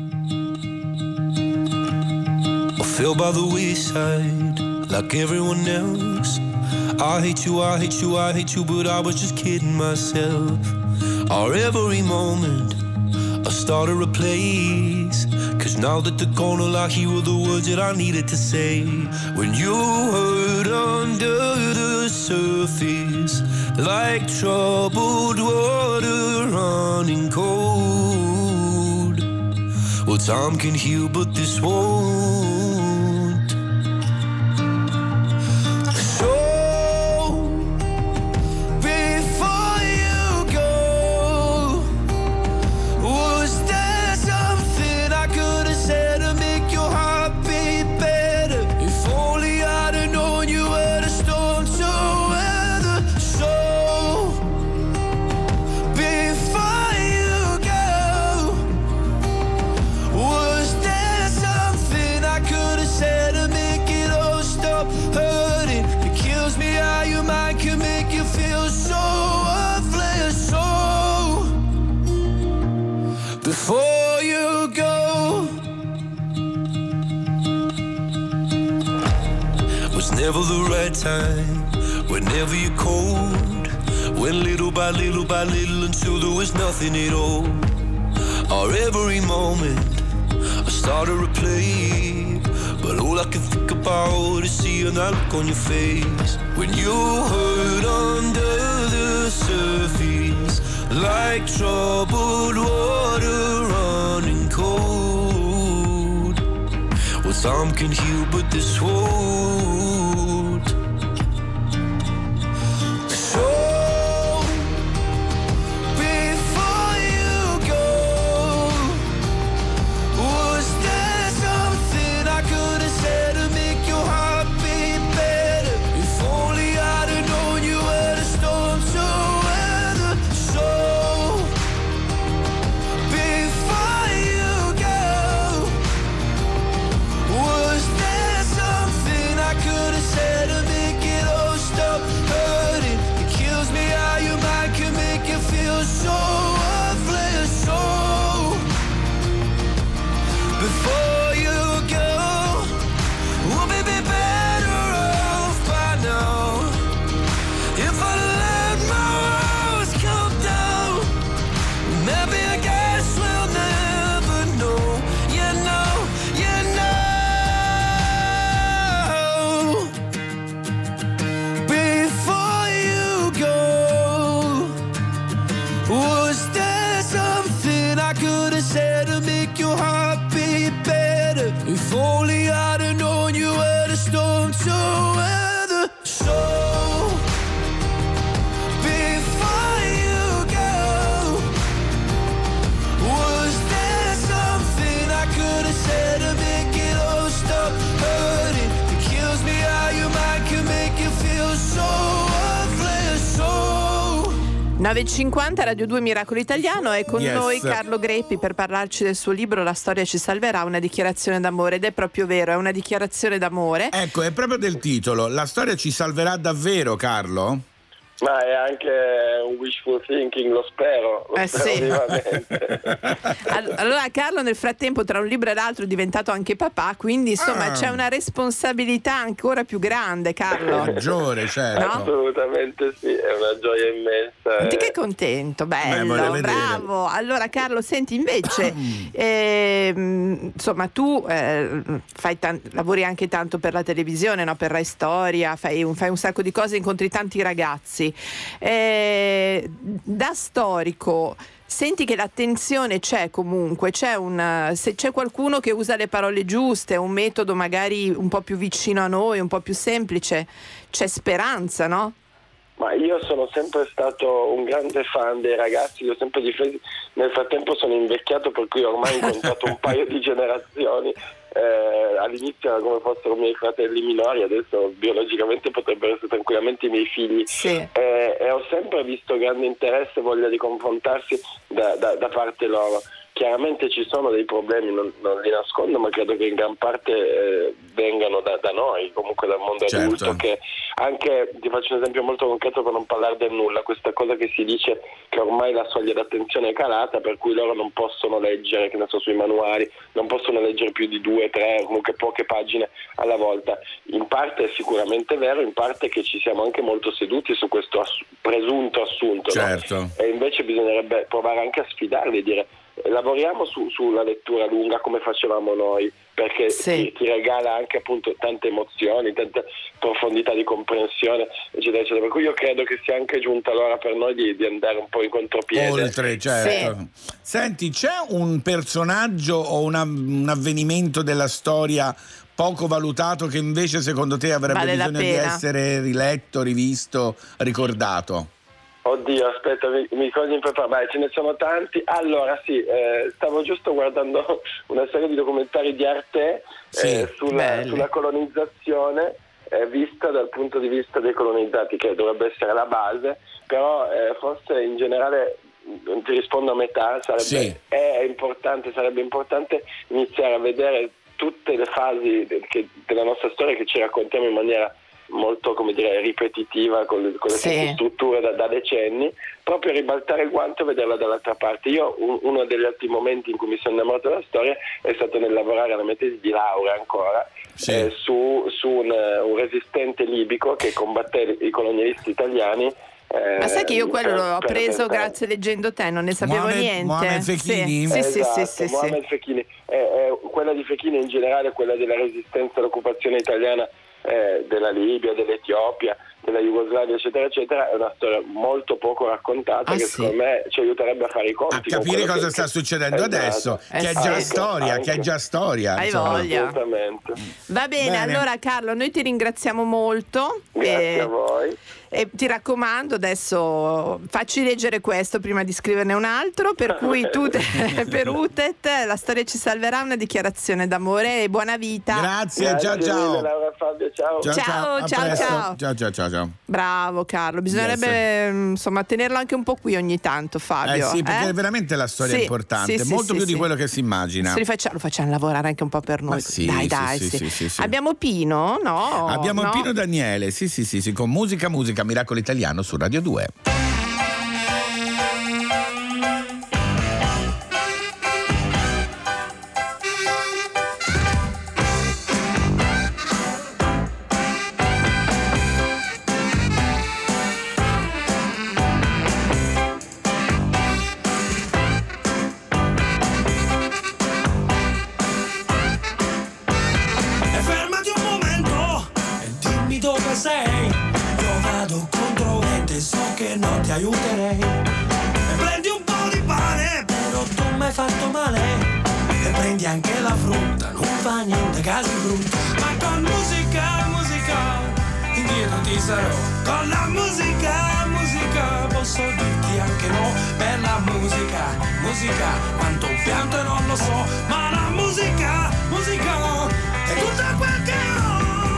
I fell by the wayside like everyone else. I hate you, I hate you, I hate you, but I was just kidding myself. Our every moment I started a place, cause now that they're gone, all I hear were the words that I needed to say. When you hurt under the surface, like troubled water running cold. Well, time can heal, but this won't. So, before you go, was there something I could have said to make your heart beat better? If only I'd have known you were the storm to weather. So, before you go, was there something I could have said to make it all stop hurting? It kills me how your mind can make you feel so worthless. So, before you go, was never the right time, whenever you're cold, when little by little by little until there was nothing at all. Our every moment I started to play, but all I can think about is seeing that look on your face. When you hurt under the surface, like troubled water running cold. Well, time can heal, but this won't. So, before you go, was there something I could have said to make your heart beat better? If only I'd have known you were the storm to weather. So, before you go, was there something I could have said to make it all stop hurting? It kills me how your mind can make you feel so worthless. So, before you go, we'll be be better off by now. If I let my walls come down, maybe I guess we'll never know. You know, you know. Before you go, was there something I could have said to make your heart beat better? If only I'd have known you were the storm to weather. So, before you go, was there something I could have said to make it all stop hurting? It kills me how your mind can make you feel so worthless. So, nove e cinquanta Radio due Miracolo Italiano, è con Yes. noi Carlo Greppi per parlarci del suo libro La storia ci salverà, una dichiarazione d'amore, ed è proprio vero, è una dichiarazione d'amore. Ecco, è proprio del titolo. La storia ci salverà davvero, Carlo? Ma è anche un wishful thinking, lo spero, lo Eh, spero sì. vivamente. All- Allora Carlo nel frattempo tra un libro e l'altro è diventato anche papà, quindi insomma Ah. c'è una responsabilità ancora più grande, Carlo. Maggiore, certo. No? Assolutamente sì, è una gioia immensa. Di eh. che contento, Beh, bello, voglio vedere. bravo. Allora Carlo, senti invece, ehm, insomma tu eh, fai tan- lavori anche tanto per la televisione, no? Per Rai Storia, fai un, fai un sacco di cose, incontri tanti ragazzi. Eh, da storico Senti che l'attenzione c'è comunque, c'è un, se c'è qualcuno che usa le parole giuste, un metodo magari un po' più vicino a noi, un po' più semplice, c'è speranza, no? Ma io sono sempre stato un grande fan dei ragazzi, li ho sempre difesi, nel frattempo sono invecchiato per cui ormai ho incontrato un paio di generazioni, eh, all'inizio era come fossero miei fratelli minori, adesso biologicamente potrebbero essere tranquillamente i miei figli, sì. eh, e ho sempre visto grande interesse e voglia di confrontarsi da, da, da parte loro. Chiaramente ci sono dei problemi, non, non li nascondo, ma credo che in gran parte eh, vengano da, da noi, comunque dal mondo certo. adulto, che anche, ti faccio un esempio molto concreto per non parlare del nulla, questa cosa che si dice che ormai la soglia d'attenzione è calata, per cui loro non possono leggere, che ne so, sui manuali, non possono leggere più di due, tre, comunque poche pagine alla volta. In parte è sicuramente vero, in parte che ci siamo anche molto seduti su questo ass- presunto assunto, certo. no? E invece bisognerebbe provare anche a sfidarli e dire lavoriamo su, sulla lettura lunga come facevamo noi, perché sì. ti, ti regala anche appunto tante emozioni, tanta profondità di comprensione, eccetera, eccetera. Per cui io credo che sia anche giunta l'ora per noi di, di andare un po' in contropiede. Oltre, certo. Sì. Senti, c'è un personaggio o una, un avvenimento della storia poco valutato che invece secondo te avrebbe vale bisogno di essere riletto, rivisto, ricordato? Oddio, aspetta, mi, mi cogli impreparato. Beh, ce ne sono tanti. Allora, sì, eh, stavo giusto guardando una serie di documentari di Arte sì, eh, sulla, sulla colonizzazione eh, vista dal punto di vista dei colonizzati, che dovrebbe essere la base, però eh, forse in generale ti rispondo a metà, sarebbe, sì. è importante, sarebbe importante iniziare a vedere tutte le fasi de, che, della nostra storia che ci raccontiamo in maniera molto, come dire, ripetitiva, con le, con le sì. strutture da, da decenni, proprio ribaltare il guanto e vederla dall'altra parte. Io un, uno degli altri momenti in cui mi sono innamorato della storia è stato nel lavorare alla mia tesi di laurea ancora sì. eh, su, su un, un resistente libico che combatté i colonialisti italiani. Eh, Ma sai che io quello l'ho per, preso per, grazie leggendo te, non ne sapevo Mohamed, niente. Mohamed Fechini? Sì, esatto, sì, sì, sì, sì, Mohamed sì. Fechini. Eh, eh, quella di Fechini in generale, quella della resistenza all'occupazione italiana eh, della Libia, dell'Etiopia, della Jugoslavia, eccetera, eccetera, è una storia molto poco raccontata, ah, che sì. secondo me ci aiuterebbe a fare i conti. A capire cosa che, sta succedendo esatto. adesso, Eh, che è sì. già Anche, storia, anche. che è già storia. Hai insomma. voglia. Assolutamente. Va bene, Bene. allora Carlo, noi ti ringraziamo molto. Grazie e, a voi. e ti raccomando, adesso facci leggere questo prima di scriverne un altro, per cui tu te, per Utet, la storia ci salverà, una dichiarazione d'amore e buona vita. Grazie, Grazie ciao ciao. mille, Laura Fabio, ciao. Ciao, a ciao, presto. ciao. Ciao ciao ciao ciao. Bravo Carlo, bisognerebbe Yes. insomma tenerlo anche un po' qui ogni tanto, Fabio. Eh sì, perché eh? veramente la storia Sì, è importante, sì, sì, molto sì, più sì. di quello che si immagina. Se li facciamo, lo facciamo lavorare anche un po' per noi. Ma sì, dai, sì, dai, sì, sì. sì, sì, sì. Abbiamo Pino, no? Abbiamo no? Pino Daniele, sì sì sì sì, con musica, musica, Miracolo Italiano su Radio due. E fermati un momento e dimmi dove sei. Io vado controcorrente, so che non ti aiuterei. E prendi un po' di pane, però tu mi hai fatto male. E prendi anche la frutta, non fa niente, casi brutti. Ma con musica, musica, indietro ti sarò. Con la musica, musica, posso dirti anche no. Per la musica, musica, quanto pianto e non lo so. Ma la musica, musica, è tutta quel che ho.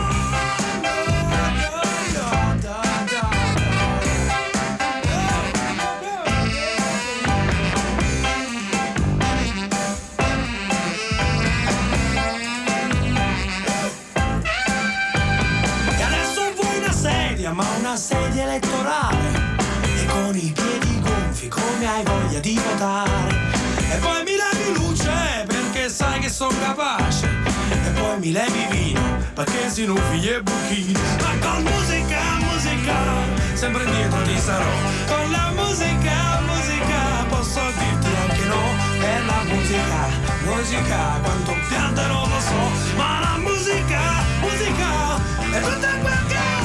E adesso vuoi una sedia, ma una sedia elettorale. E con i piedi gonfi come hai voglia di votare. E poi mi levi luce perché sai che sono capace. E poi mi levi vino perché si nufi e buchini. Ma con musica, musica, sempre indietro ti sarò. Con la musica, musica, posso dirti anche no. Per la musica, musica, quanto pianto non lo so. Ma la musica, musica, è tutta quel che ho.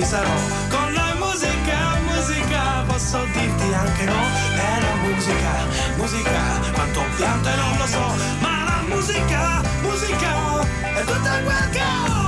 sarò. Con la musica, musica, posso dirti anche no. È la musica, musica, quanto ho pianto e non lo so. Ma la musica, musica, è tutta quel che ho.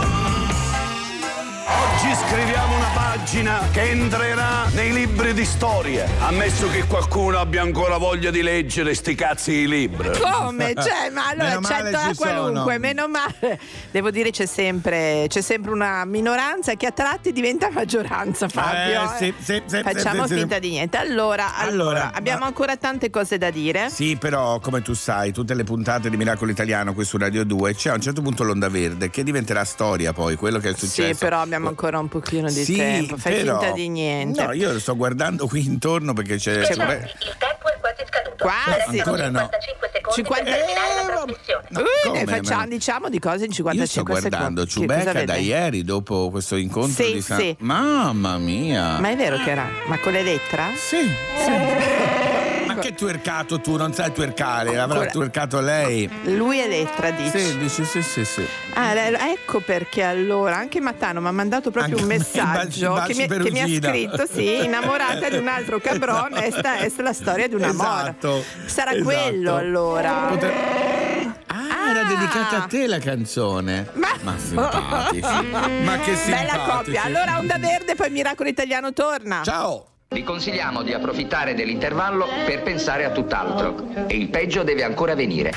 Oggi scriviamo una pagina che entrerà nei libri di storia, ammesso che qualcuno abbia ancora voglia di leggere sti cazzi di libri. Come? Cioè, ma allora Meno male accetta ci qualunque, sono. meno male. Devo dire c'è sempre, c'è sempre una minoranza che a tratti diventa maggioranza, Fabio. Eh, sì, sì, sì, Facciamo sì, sì, finta sì. di niente. Allora, allora, Allora, abbiamo ma- ancora tante cose da dire. Sì, però come tu sai, tutte le puntate di Miracolo Italiano qui su Radio due c'è a un certo punto l'onda verde che diventerà storia poi, quello che è successo. Sì, però abbiamo ancora un pochino di Sì, tempo. Fai però- finta di niente. No, io lo sto guardando qui intorno perché c'è. C'è- vabbè, Il tempo è quasi scaduto. Quasi. Ancora no. cinquantacinque secondi cinquanta per terminare la trasmissione. No, Uh, come, ne facciamo, ma- diciamo di cose in Io sto cinquantacinque guardando secondi. Che cosa Ciubecca da vedi? ieri dopo questo incontro Sì, di San... sì. Mamma mia! Ma è vero che era? Ma con l'Elettra? Sì, sì. Ma che twerkato tu? Non sai twerkare? Avrà Ancora- twerkato lei? Lui Elettra, dici? Sì, dici sì, sì, sì. Ah, le- ecco perché allora anche Matano mi ha mandato proprio Anche un a me, messaggio baci- che, mi, baci che mi ha Perugina. scritto: sì, innamorata di un altro cabrone, esta è la storia di un amore. Esatto. Sarà esatto. quello allora. Potre- Ah, era dedicata a te la canzone. Ma, simpatici. Ma che simpatici. Bella coppia. Allora Onda Verde, poi Miracolo Italiano torna. Ciao. Vi consigliamo di approfittare dell'intervallo per pensare a tutt'altro. E il peggio deve ancora venire.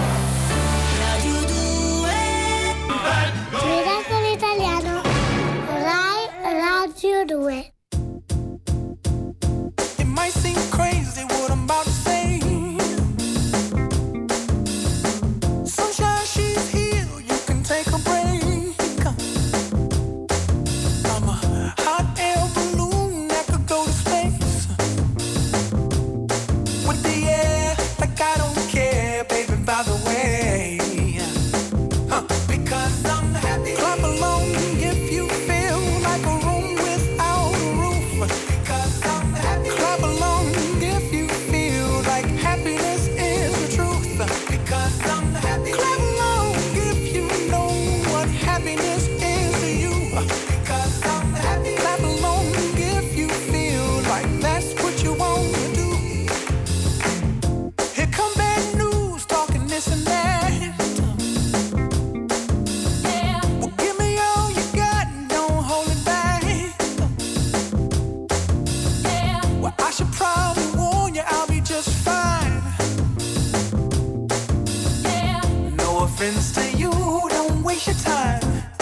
Miracolo Italiano, Rai Radio due. It might seem crazy what I'm about to say. Sunshine, she's here, you can take a break. I'm a hot air balloon that could go to space. With the air, like I don't care, baby, by the way. Huh, because I'm happy. Clap along if you feel like a room without a roof. Because I'm happy. Clap along if you feel like happiness is the truth. Because I'm happy. Clap along if you know what happiness is to you. Because I'm happy. Clap along if you feel like that's what you want to do. Here come bad news, talking this and that. Well, give me all you got and don't hold it back. Well, I should probably warn you, I'll be just fine. No offense to you, don't waste your time.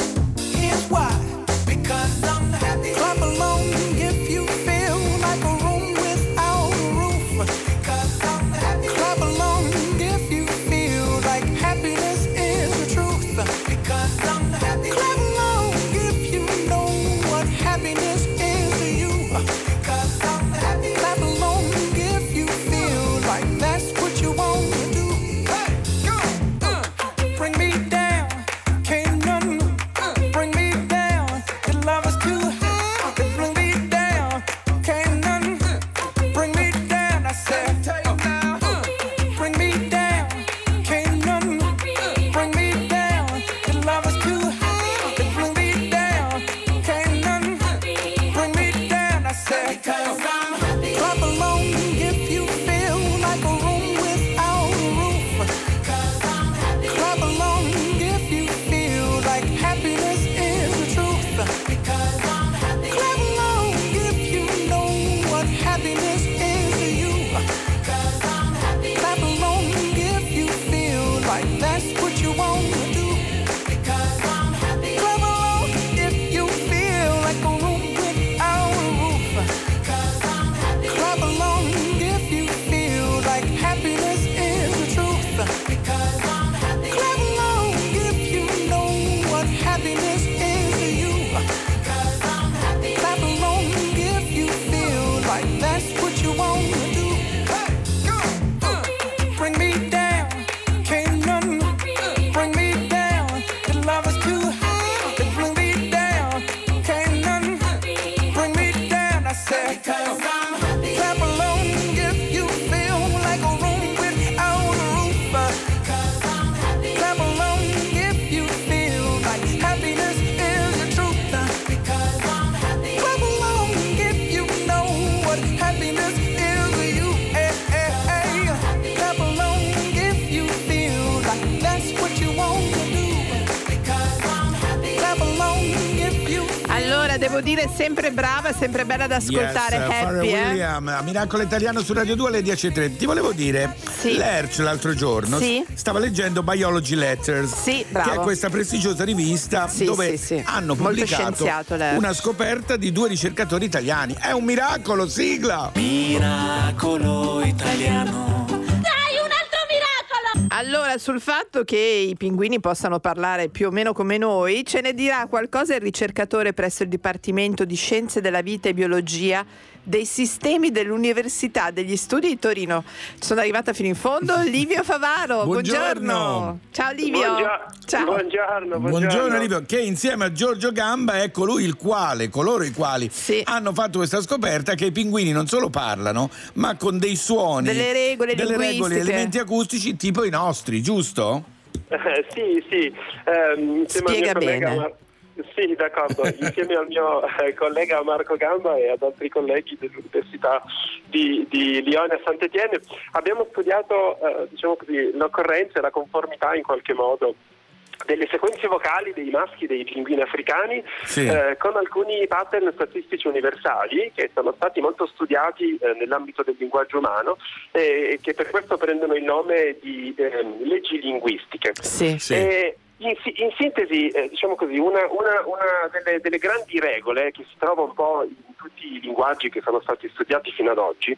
Here's why. Because I'm happy. Clap along if you feel like a room without a roof. Because I'm happy. Clap along if you feel like happiness is the truth. Because I'm happy. Clap along if you know what happiness is to you. Because I'm happy. Clap along if you feel like that's what you want to do. Hey, go. Uh, bring me down, can't none bring me down. Your love is too high to bring me down. Can't none bring me down. I said, uh, bring me down, can't none bring me down. Your love is too high to bring me down. Can't none bring me down. I said, because I'm happy. Clap along if you feel like a room without a roof. Because I'm happy. Clap along if you feel like happiness is the truth. Because I'm happy. Clap along if you know what happiness is to you. Because I'm happy. Clap along if you feel like that's what you want to do. Because I'm happy. Clap along if you feel like a room without a roof. Because I'm happy. Clap along if you feel like happiness is the truth. Because I'm happy. Clap along if you know what happiness is to you. Because I'm happy. Clap along if you feel like that's what you want to do. Hey, go. Uh, bring me down, can't none bring me down. Your love is too high to bring me down. Can't none bring me down. I said, because I'm happy. Clap along if you feel like a room without a roof. Because I'm happy. Clap along if you feel like happiness is the truth. Because I'm happy. devo dire sempre brava, sempre bella da ascoltare. Yes, Happy, Pharrell eh? Williams, a Miracolo Italiano su Radio due alle dieci e trenta. Ti volevo dire, Sì. Lerch l'altro giorno Sì. stava leggendo Biology Letters, Sì, bravo. che è questa prestigiosa rivista Sì, dove sì, sì. hanno Molto pubblicato scienziato, Lerch. una scoperta di due ricercatori italiani. È un miracolo, sigla! Miracolo italiano. Dai, un altro miracolo! Allora, sul fatto che i pinguini possano parlare più o meno come noi, ce ne dirà qualcosa il ricercatore presso il Dipartimento di Scienze della Vita e Biologia dei Sistemi dell'Università degli Studi di Torino. Sono arrivata fino in fondo, Livio Favaro. Buongiorno. Buongiorno. Ciao Livio. Buongiorno. Ciao. Buongiorno, Buongiorno Livio, che insieme a Giorgio Gamba è colui il quale, coloro i quali hanno fatto questa scoperta che i pinguini non solo parlano, ma con dei suoni, Delle regole delle regole, linguistiche. elementi acustici tipo i nostri, giusto? Eh, sì, sì. Ehm, insieme al mio Spiega collega bene. Mar- Sì, d'accordo. Insieme al mio eh, collega Marco Gamba e ad altri colleghi dell'Università di, di Lione e Saint-Étienne abbiamo studiato eh, diciamo così, l'occorrenza e la conformità in qualche modo delle sequenze vocali dei maschi dei pinguini africani Sì. eh, con alcuni pattern statistici universali che sono stati molto studiati eh, nell'ambito del linguaggio umano e che per questo prendono il nome di eh, leggi linguistiche. Sì. Sì. E in, si- in sintesi, eh, diciamo così, una, una, una delle, delle grandi regole che si trova un po' in tutti i linguaggi che sono stati studiati fino ad oggi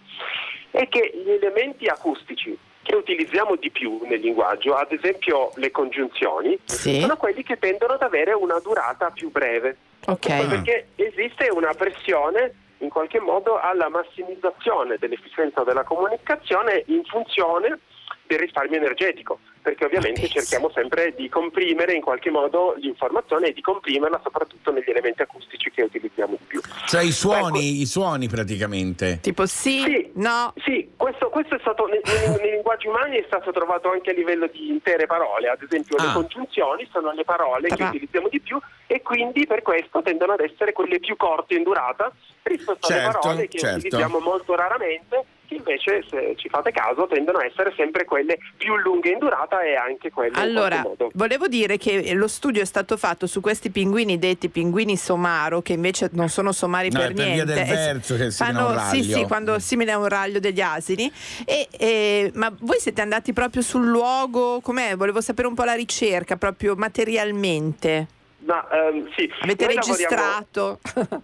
è che gli elementi acustici che utilizziamo di più nel linguaggio, ad esempio le congiunzioni, Sì. sono quelli che tendono ad avere una durata più breve. Ok. Perché esiste una pressione in qualche modo alla massimizzazione dell'efficienza della comunicazione in funzione del risparmio energetico, perché ovviamente cerchiamo sempre di comprimere in qualche modo l'informazione e di comprimerla soprattutto negli elementi acustici che utilizziamo di più. Cioè i suoni, i suoni praticamente. Tipo sì, Sì, no. Sì, questo, questo è stato nei, nei- nei linguaggi umani è stato trovato anche a livello di intere parole, ad esempio Ah. le congiunzioni sono le parole che Tra- utilizziamo di più e quindi per questo tendono ad essere quelle più corte in durata rispetto alle Certo, parole che certo. utilizziamo molto raramente, che invece, se ci fate caso, tendono a essere sempre quelle più lunghe in durata e anche quelle Allora, in qualche modo. volevo dire che lo studio è stato fatto su questi pinguini detti pinguini somaro, che invece non sono somari No, per è per via niente. del Eh, verso che è simile a un fanno, sì, raglio. sì, quando simile a un raglio degli asini. E, e- ma voi siete andati proprio sul luogo? Com'è? Volevo sapere un po' la ricerca, proprio materialmente. Ma, ehm, sì, Avete noi lavoriamo- registrato?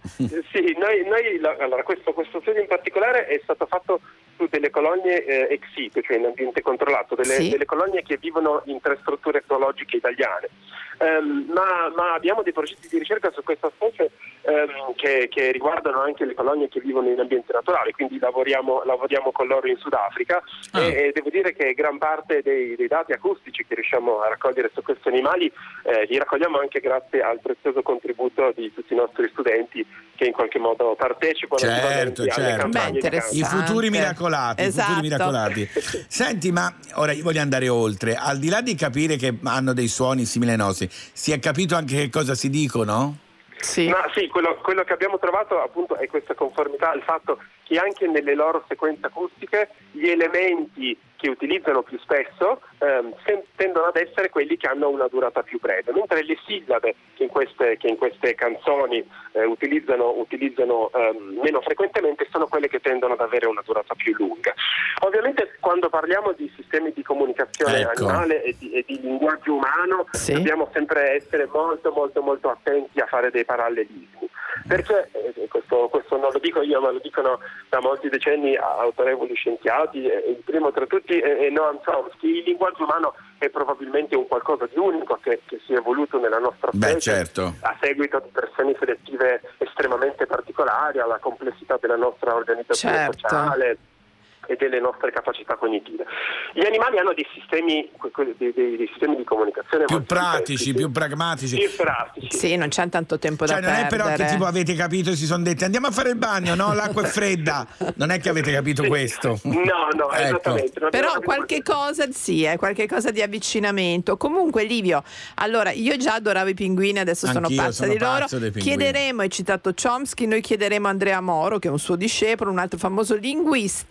Sì, noi, noi la- allora, questo, questo studio in particolare è stato fatto su delle colonie eh, ex situ, cioè in ambiente controllato, delle, Sì. delle colonie che vivono in tre strutture etnologiche italiane. Ehm, ma, ma abbiamo dei progetti di ricerca su questa specie ehm, che, che riguardano anche le colonie che vivono in ambiente naturale, quindi lavoriamo, lavoriamo con loro in Sudafrica Ah. e, e devo dire che gran parte dei, dei dati acustici che riusciamo a raccogliere su questi animali eh, li raccogliamo anche grazie al prezioso contributo di tutti i nostri studenti che in qualche modo partecipano Certo, attivamente alle certo. campagne Beh, di campo. I futuri miracolati, Esatto. i futuri miracolati. Senti, ma ora io voglio andare oltre. Al di là di capire che hanno dei suoni simili ai nostri, si è capito anche che cosa si dicono? Sì. Ma sì, quello, quello che abbiamo trovato appunto è questa conformità al fatto che anche nelle loro sequenze acustiche gli elementi che utilizzano più spesso ehm, sen- tendono ad essere quelli che hanno una durata più breve, mentre le sillabe che in queste, che in queste canzoni eh, utilizzano, utilizzano ehm, meno frequentemente sono quelle che tendono ad avere una durata più lunga. Ovviamente quando parliamo di sistemi di comunicazione Ecco. animale e di, e di linguaggio umano Sì. dobbiamo sempre essere molto molto molto attenti a fare dei parallelismi, perché eh, questo, questo non lo dico io, ma lo dicono da molti decenni autorevoli scienziati, e il primo tra tutti è, è Noam Chomsky. Il linguaggio umano è probabilmente un qualcosa di unico che, che si è evoluto nella nostra specie. Beh, certo. A seguito di pressioni selettive estremamente particolari, alla complessità della nostra organizzazione Certo. sociale e delle nostre capacità cognitive. Gli animali hanno dei sistemi, que- dei, dei, dei sistemi di comunicazione Più molto pratici, complessi, più pragmatici. più pratici. Sì, non c'è tanto tempo Cioè, da non è perdere. però che tipo avete capito e si sono detti andiamo a fare il bagno, no? L'acqua è fredda. Non è che avete capito questo. No, no, Ecco. esattamente. Non abbiamo Però capito qualche cosa sì, è qualche cosa di avvicinamento. Comunque Livio, allora io già adoravo i pinguini, adesso sono Anch'io pazza sono di loro. pazzo dei pinguini. Chiederemo, hai citato Chomsky, noi chiederemo a Andrea Moro, che è un suo discepolo, un altro famoso linguista,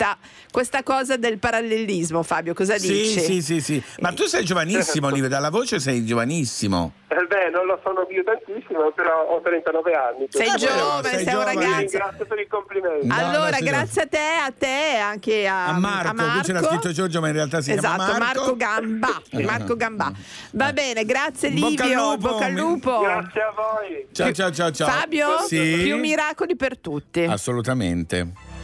questa cosa del parallelismo, Fabio, cosa sì, dici? Sì, sì, sì. Ma tu sei giovanissimo, Olivia, dalla voce sei giovanissimo. Eh beh, non lo sono più tantissimo, però ho trentanove anni. Sei Ah, giovane, sei, sei un ragazzo. Grazie per il complimento. No, allora, no, grazie a te, a te e anche a, a Marco. a Marco. Qui c'era scritto Giorgio, ma in realtà si esatto, chiama Marco. Marco Gamba. Marco Gamba. Va bene, grazie Livio. Bocca al lupo. Bocca al lupo. Grazie a voi. Ciao, ciao, ciao, ciao. Fabio, sì? più miracoli per tutti. Assolutamente.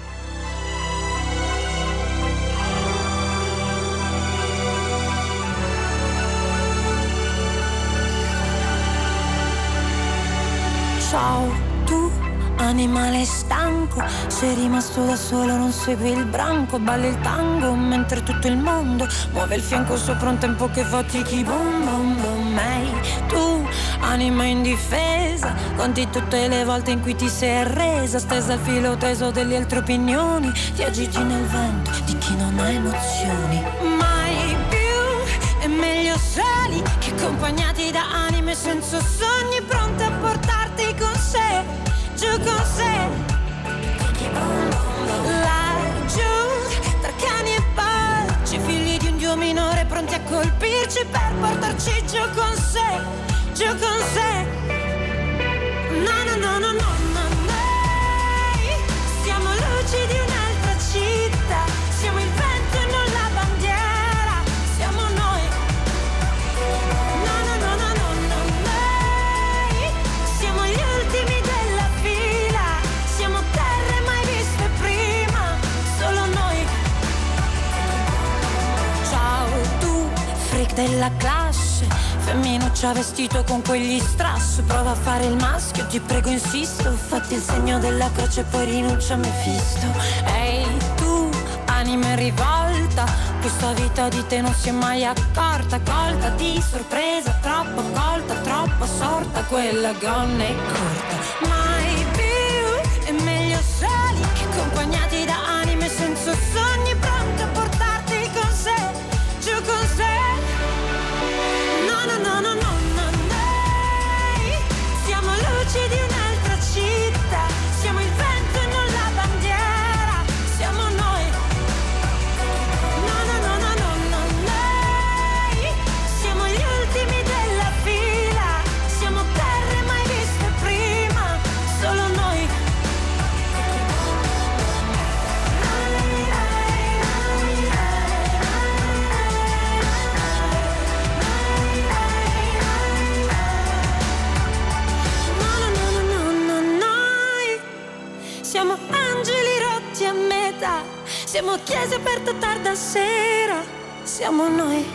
Ciao, tu animale stanco, sei rimasto da solo, non segui il branco, balli il tango mentre tutto il mondo muove il fianco sopra un tempo che fatichi, boom boom boom. Ehi, tu anima indifesa, conti tutte le volte in cui ti sei arresa, stesa al filo teso delle altre opinioni, ti agiti nel vento di chi non ha emozioni. Mai più è meglio soli che accompagnati da anime senza sogni, pronte a portarti con sé, giù con sé. Laggiù, tra cani e pacci, figli di un dio minore pronti a colpirci per portarci giù con sé, giù con sé. No, no, no, no, no, no, noi siamo luci di un'altra città, siamo il vento e non la bandiera, siamo noi. No, no, no, no, no, no, noi siamo gli ultimi della fila, siamo terre mai viste prima, solo noi. Ciao tu, freak della classe, femminuccia vestito con quegli strass, prova a fare il maschio, ti prego insisto, fatti il segno della croce e poi rinuncia a Mefisto. Ehi tu, anima in rivolta, questa vita di te non si è mai accorta, colta di sorpresa, troppo colta, troppo sorta, quella gonna è corta. Mai più è meglio soli che accompagnati da anime senza sogni, pronti a portarti con sé, giù con sé. No, no, no, no, no, no, noi siamo luci di un'altra città, siamo il vento e non la bandiera, siamo noi. No, no, no, no, no, no, noi siamo gli ultimi della fila, siamo terre mai viste prima, solo noi. Siamo angeli rotti a metà, siamo chiese aperte tarda sera, siamo noi.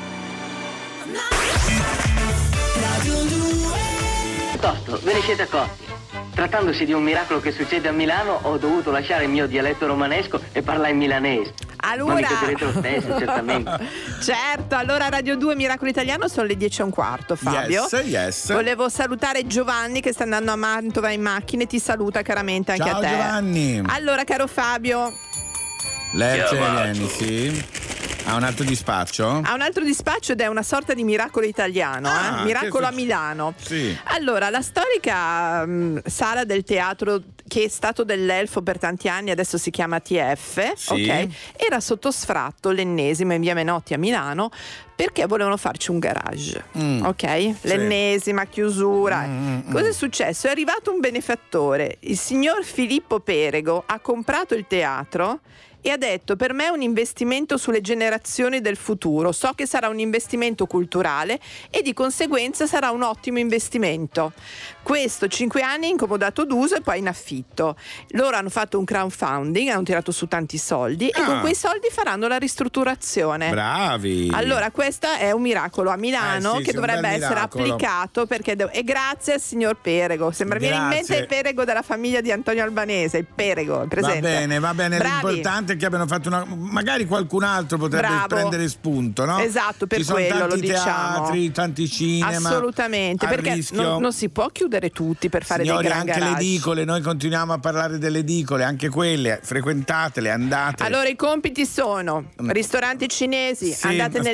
Radio due. Piuttosto, ve ne siete accorti? Trattandosi di un miracolo che succede a Milano, ho dovuto lasciare il mio dialetto romanesco e parlare in milanese. Allora... Ma mi capirete lo stesso, certamente. Certo, allora Radio due Miracolo Italiano sono le dieci e un quarto, Fabio. Yes, yes. Volevo salutare Giovanni che sta andando a Mantova in macchina e ti saluta caramente anche Ciao, a te. Giovanni. Allora, caro Fabio, Lerce Ciao, Eleni, sì. Ha un altro dispaccio? ha un altro dispaccio ed è una sorta di miracolo italiano, Ah, eh? Miracolo che a Milano. Sì. Allora, la storica mh, sala del teatro che è stato dell'Elfo per tanti anni, adesso si chiama T F, Sì. ok? Era sotto sfratto, l'ennesima in via Menotti a Milano, perché volevano farci un garage, Mm. ok? L'ennesima chiusura. Cosa è successo? È arrivato un benefattore, il signor Filippo Perego, ha comprato il teatro e ha detto: per me è un investimento sulle generazioni del futuro, so che sarà un investimento culturale e di conseguenza sarà un ottimo investimento. Questo cinque anni incomodato d'uso e poi in affitto. Loro hanno fatto un crowdfunding, hanno tirato su tanti soldi e Ah. con quei soldi faranno la ristrutturazione. Bravi. Allora, questo è un miracolo a Milano Eh sì, che sì, un dovrebbe bel essere miracolo. applicato perché de- e grazie al signor Perego. Sembra viene in mente Grazie. il Perego della famiglia di Antonio Albanese, il Perego, è presente? Va bene, va bene, Bravi. l'importante è che abbiano fatto una. Magari qualcun altro potrebbe Bravo. prendere spunto, no? Esatto, per Ci sono quello tanti lo diciamo. teatri, tanti cinema. Assolutamente, a perché rischio. non, non si può chiudere tutti per fare Signori, dei gran anche garage. le edicole, noi continuiamo a parlare delle edicole, anche quelle, frequentatele, andate. Allora i compiti sono ristoranti cinesi, Sì, andate nelle aspetta, edicole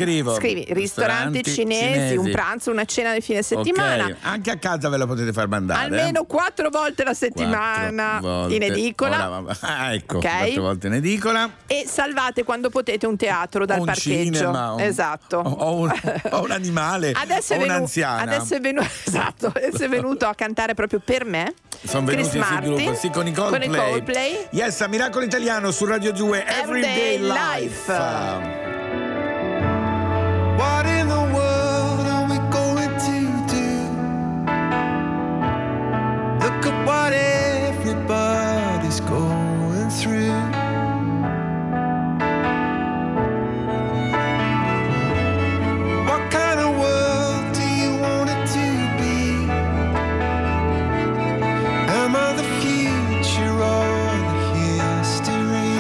scrivo. Scrivi ristoranti, cinesi, cinesi, un pranzo, una cena di fine settimana. Okay. Anche a casa ve la potete far mandare. Almeno eh? quattro volte la settimana volte. in edicola. Ora, ah, ecco, okay. quattro volte in edicola. E salvate quando potete un teatro dal un parcheggio. Cinema, un, esatto. O un, o un animale. Adesso o è venu- un'anziana. Adesso è, venu- esatto, adesso è venuto a cantare proprio per me. Sono Chris venuti Martin, in gruppo, sì, con i Coldplay. Con i Coldplay. Yes, a Miracolo Italiano su Radio due, Everyday, Everyday Life. Life. What in the world are we going to do? Look at what everybody's going through. What kind of world do you want it to be? Am I the future or the history?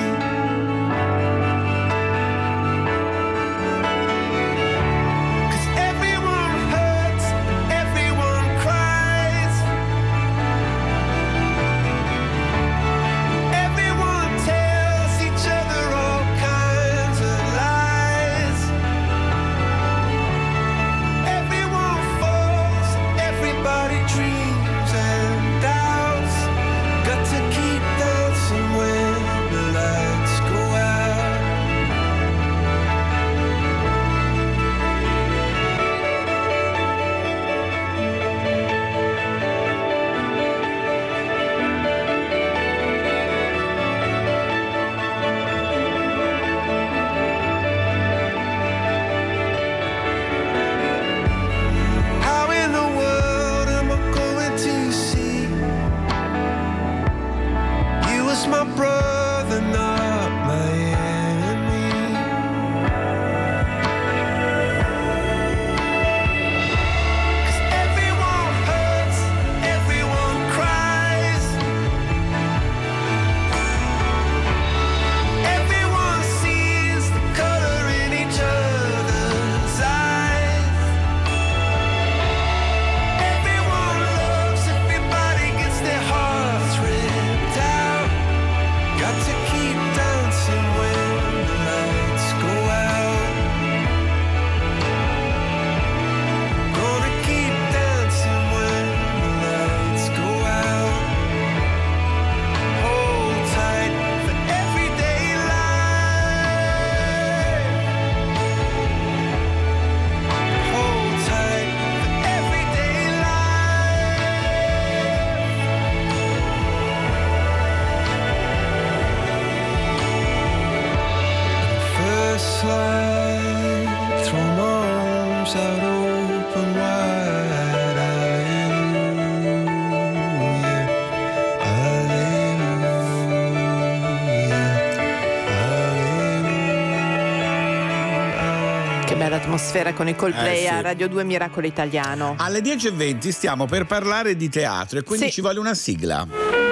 Atmosfera con i Coldplay eh, sì. a Radio due Miracolo Italiano. Alle dieci e venti stiamo per parlare di teatro e quindi sì. ci vuole una sigla.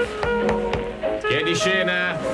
Chi è di scena?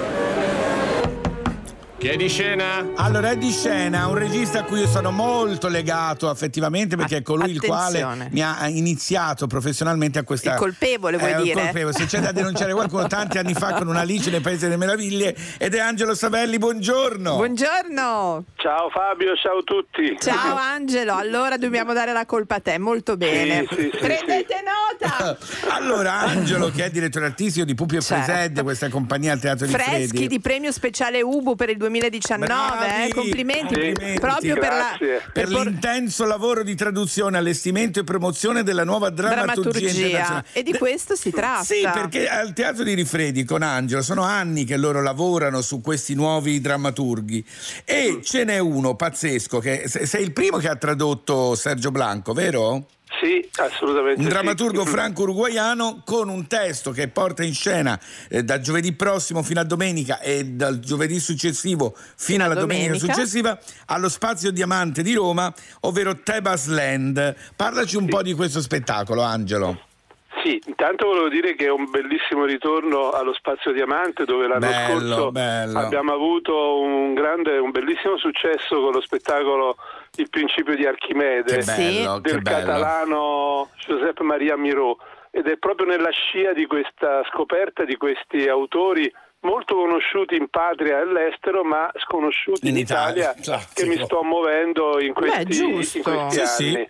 Chi è di scena? Allora è di scena un regista a cui io sono molto legato affettivamente perché è colui Attenzione. il quale mi ha iniziato professionalmente a questa... Il colpevole vuoi eh, dire? Il colpevole, se c'è da denunciare qualcuno tanti anni fa con una Alice nei Paesi delle Meraviglie ed è Angelo Savelli, buongiorno! Buongiorno! Ciao Fabio, ciao a tutti! Ciao Angelo, allora dobbiamo dare la colpa a te, molto bene. Sì, sì, sì, prendete sì. nota! Allora Angelo, che è direttore artistico di Pupi e certo. Presente, questa compagnia al Teatro di Freddi. Freschi di premio speciale Ubu per il duemiladiciannove, eh? complimenti, complimenti proprio per, la, per, per l'intenso lavoro di traduzione, allestimento e promozione della nuova drammaturgia, drammaturgia. internazionale. E di questo si tratta. Sì, perché al Teatro di Rifredi con Angelo sono anni che loro lavorano su questi nuovi drammaturghi e ce n'è uno pazzesco che sei il primo che ha tradotto Sergio Blanco, vero? Sì, assolutamente. Un drammaturgo sì. franco-uruguaiano con un testo che porta in scena eh, da giovedì prossimo fino a domenica e dal giovedì successivo fino alla domenica. domenica successiva allo Spazio Diamante di Roma, ovvero Tebas Land. Parlaci un sì. po' di questo spettacolo, Angelo. Sì, intanto volevo dire che è un bellissimo ritorno allo Spazio Diamante dove l'anno bello, scorso bello. abbiamo avuto un grande, un bellissimo successo con lo spettacolo Il principio di Archimede che bello, del che bello. catalano Josep Maria Miró, ed è proprio nella scia di questa scoperta di questi autori molto conosciuti in patria e all'estero, ma sconosciuti in, in Italia, Italia che mi sto muovendo in questi, Beh, in questi sì, anni. Sì.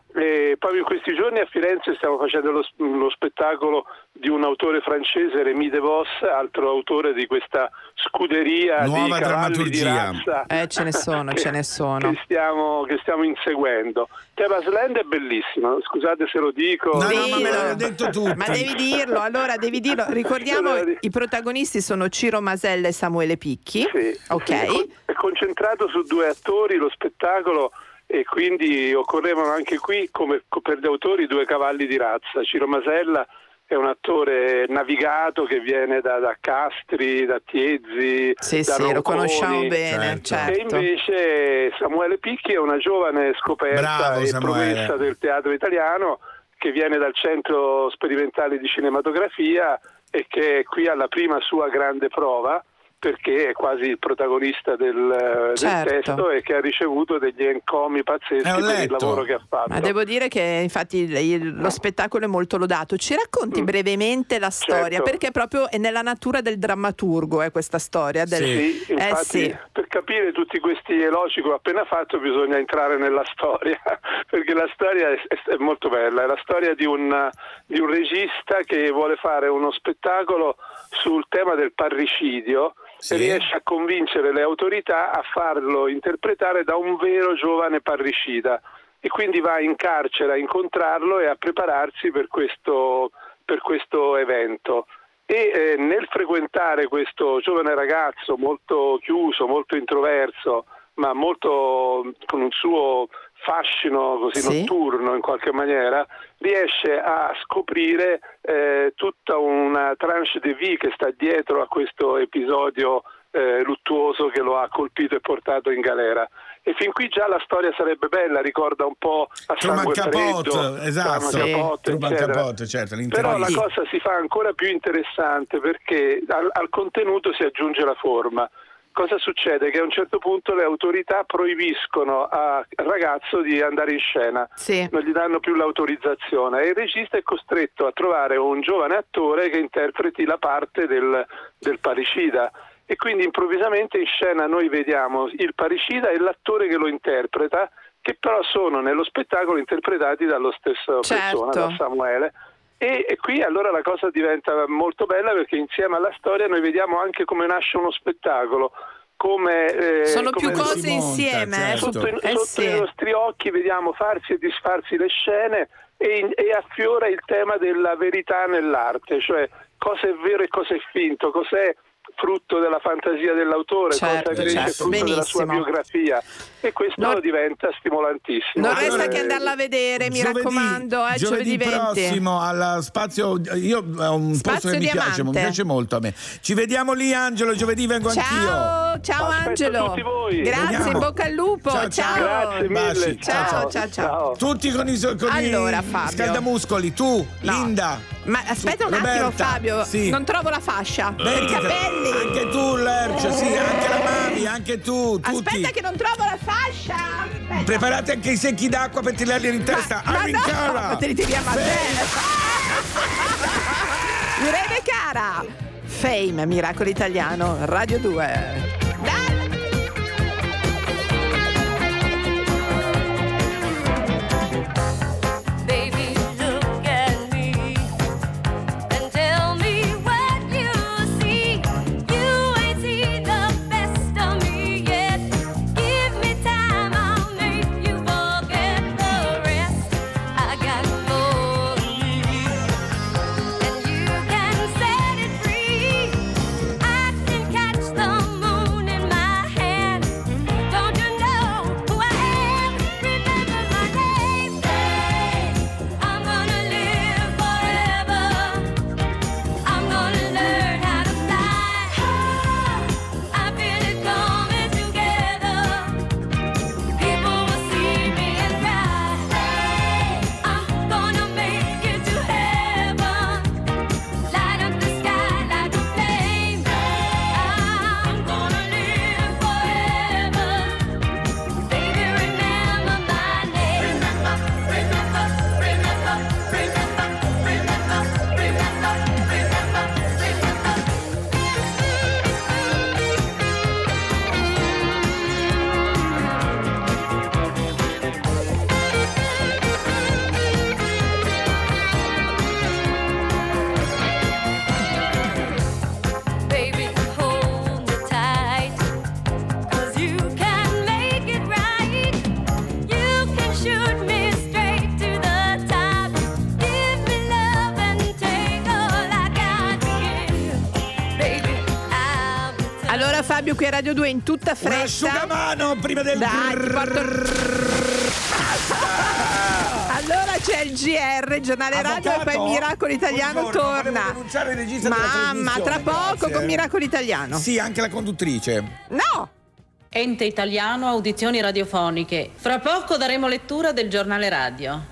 E proprio in questi giorni a Firenze stiamo facendo lo, lo spettacolo di un autore francese, Rémy DeVos, altro autore di questa scuderia nuova di cavalli di drammaturgia. razza. Eh, ce ne sono, che, ce ne sono. Che stiamo, che stiamo inseguendo. Tebas Land è bellissimo, scusate se lo dico. No, no, ma me l'hanno detto tutti. Ma devi dirlo, allora devi dirlo. Ricordiamo, i protagonisti sono Ciro Masella e Samuele Picchi. Sì, ok. Sì, è concentrato su due attori lo spettacolo, e quindi occorrevano anche qui, come per gli autori, due cavalli di razza. Ciro Masella è un attore navigato che viene da, da Castri, da Tiezzi, sì, da sì, Ronconi, lo conosciamo bene, certo. E invece Samuele Picchi è una giovane scoperta Bravo, e Samuele. promessa del teatro italiano, che viene dal Centro Sperimentale di Cinematografia e che è qui alla prima sua grande prova, perché è quasi il protagonista del, certo. del testo, e che ha ricevuto degli encomi pazzeschi Eh, per il lavoro che ha fatto. Ma devo dire che infatti il, il, lo spettacolo è molto lodato. Ci racconti Mm. brevemente la storia, Certo. perché proprio è nella natura del drammaturgo eh, questa storia. Del... Sì, infatti, eh, sì. per capire tutti questi elogi che ho appena fatto bisogna entrare nella storia, perché la storia è, è molto bella. È la storia di un, di un regista che vuole fare uno spettacolo sul tema del parricidio. Sì. E riesce a convincere le autorità a farlo interpretare da un vero giovane parricida, e quindi va in carcere a incontrarlo e a prepararsi per questo, per questo evento. E eh, nel frequentare questo giovane ragazzo molto chiuso, molto introverso, ma molto con un suo fascino così sì. notturno in qualche maniera, riesce a scoprire eh, tutta una tranche de vie che sta dietro a questo episodio eh, luttuoso che lo ha colpito e portato in galera. E fin qui già la storia sarebbe bella, ricorda un po' a Sangue Freddo, esatto, sì. Capote, Capote, certo, però la cosa si fa ancora più interessante perché al, al contenuto si aggiunge la forma. Cosa succede? Che a un certo punto le autorità proibiscono al ragazzo di andare in scena, sì. non gli danno più l'autorizzazione, e il regista è costretto a trovare un giovane attore che interpreti la parte del, del parricida. E quindi improvvisamente in scena noi vediamo il parricida e l'attore che lo interpreta, che però sono nello spettacolo interpretati dallo stesso certo. persona, da Samuele. E, e qui allora la cosa diventa molto bella, perché insieme alla storia noi vediamo anche come nasce uno spettacolo, come eh, sono come più cose monta, insieme certo. sotto, eh, sotto sì. i nostri occhi vediamo farsi e disfarsi le scene, e, e affiora il tema della verità nell'arte, cioè cosa è vero e cosa è finto, cos'è frutto della fantasia dell'autore, certo, cosa invece certo. è frutto Benissimo. della sua biografia, e questo non, diventa stimolantissimo. Non resta allora, che andarla a vedere, mi giovedì, raccomando, eh, giovedì, giovedì venti prossimo alla Spazio, io è un Spazio posto che mi piace, mi piace molto a me. Ci vediamo lì, Angelo, giovedì vengo ciao, anch'io. Ciao Aspetto Angelo. tutti voi. Grazie, Vediamo. in bocca al lupo. Ciao, Ciao. Grazie mille. Baci. Ciao, ciao, ciao, ciao. Tutti con i, con Allora, i Fabio. scaldamuscoli, tu, No. Linda. Ma aspetta un Roberta, attimo, Fabio, sì. non trovo la fascia. I Mettiti- capelli. Anche tu, Lercio, sì, anche la Mavi, anche tu, tutti. Aspetta che non trovo la fascia. Aspetta. Preparate anche i secchi d'acqua per tirarli in testa. Ma, ma Armin no, Cara. ma te li tiriamo a te. Irene Cara. Fame, Miracolo Italiano, Radio due. Catch the moon. Fabio qui a Radio due in tutta fretta. Un asciugamano prima del Dai, ti porto... Allora c'è il G R, il giornale Avvocato? radio, e poi Miracolo Italiano Buongiorno, torna. volevo denunciare il regista della Mamma, tra trasmissione, poco grazie. con Miracolo Italiano. Sì, anche la conduttrice. No! Ente Italiano Audizioni Radiofoniche. Fra poco daremo lettura del giornale radio.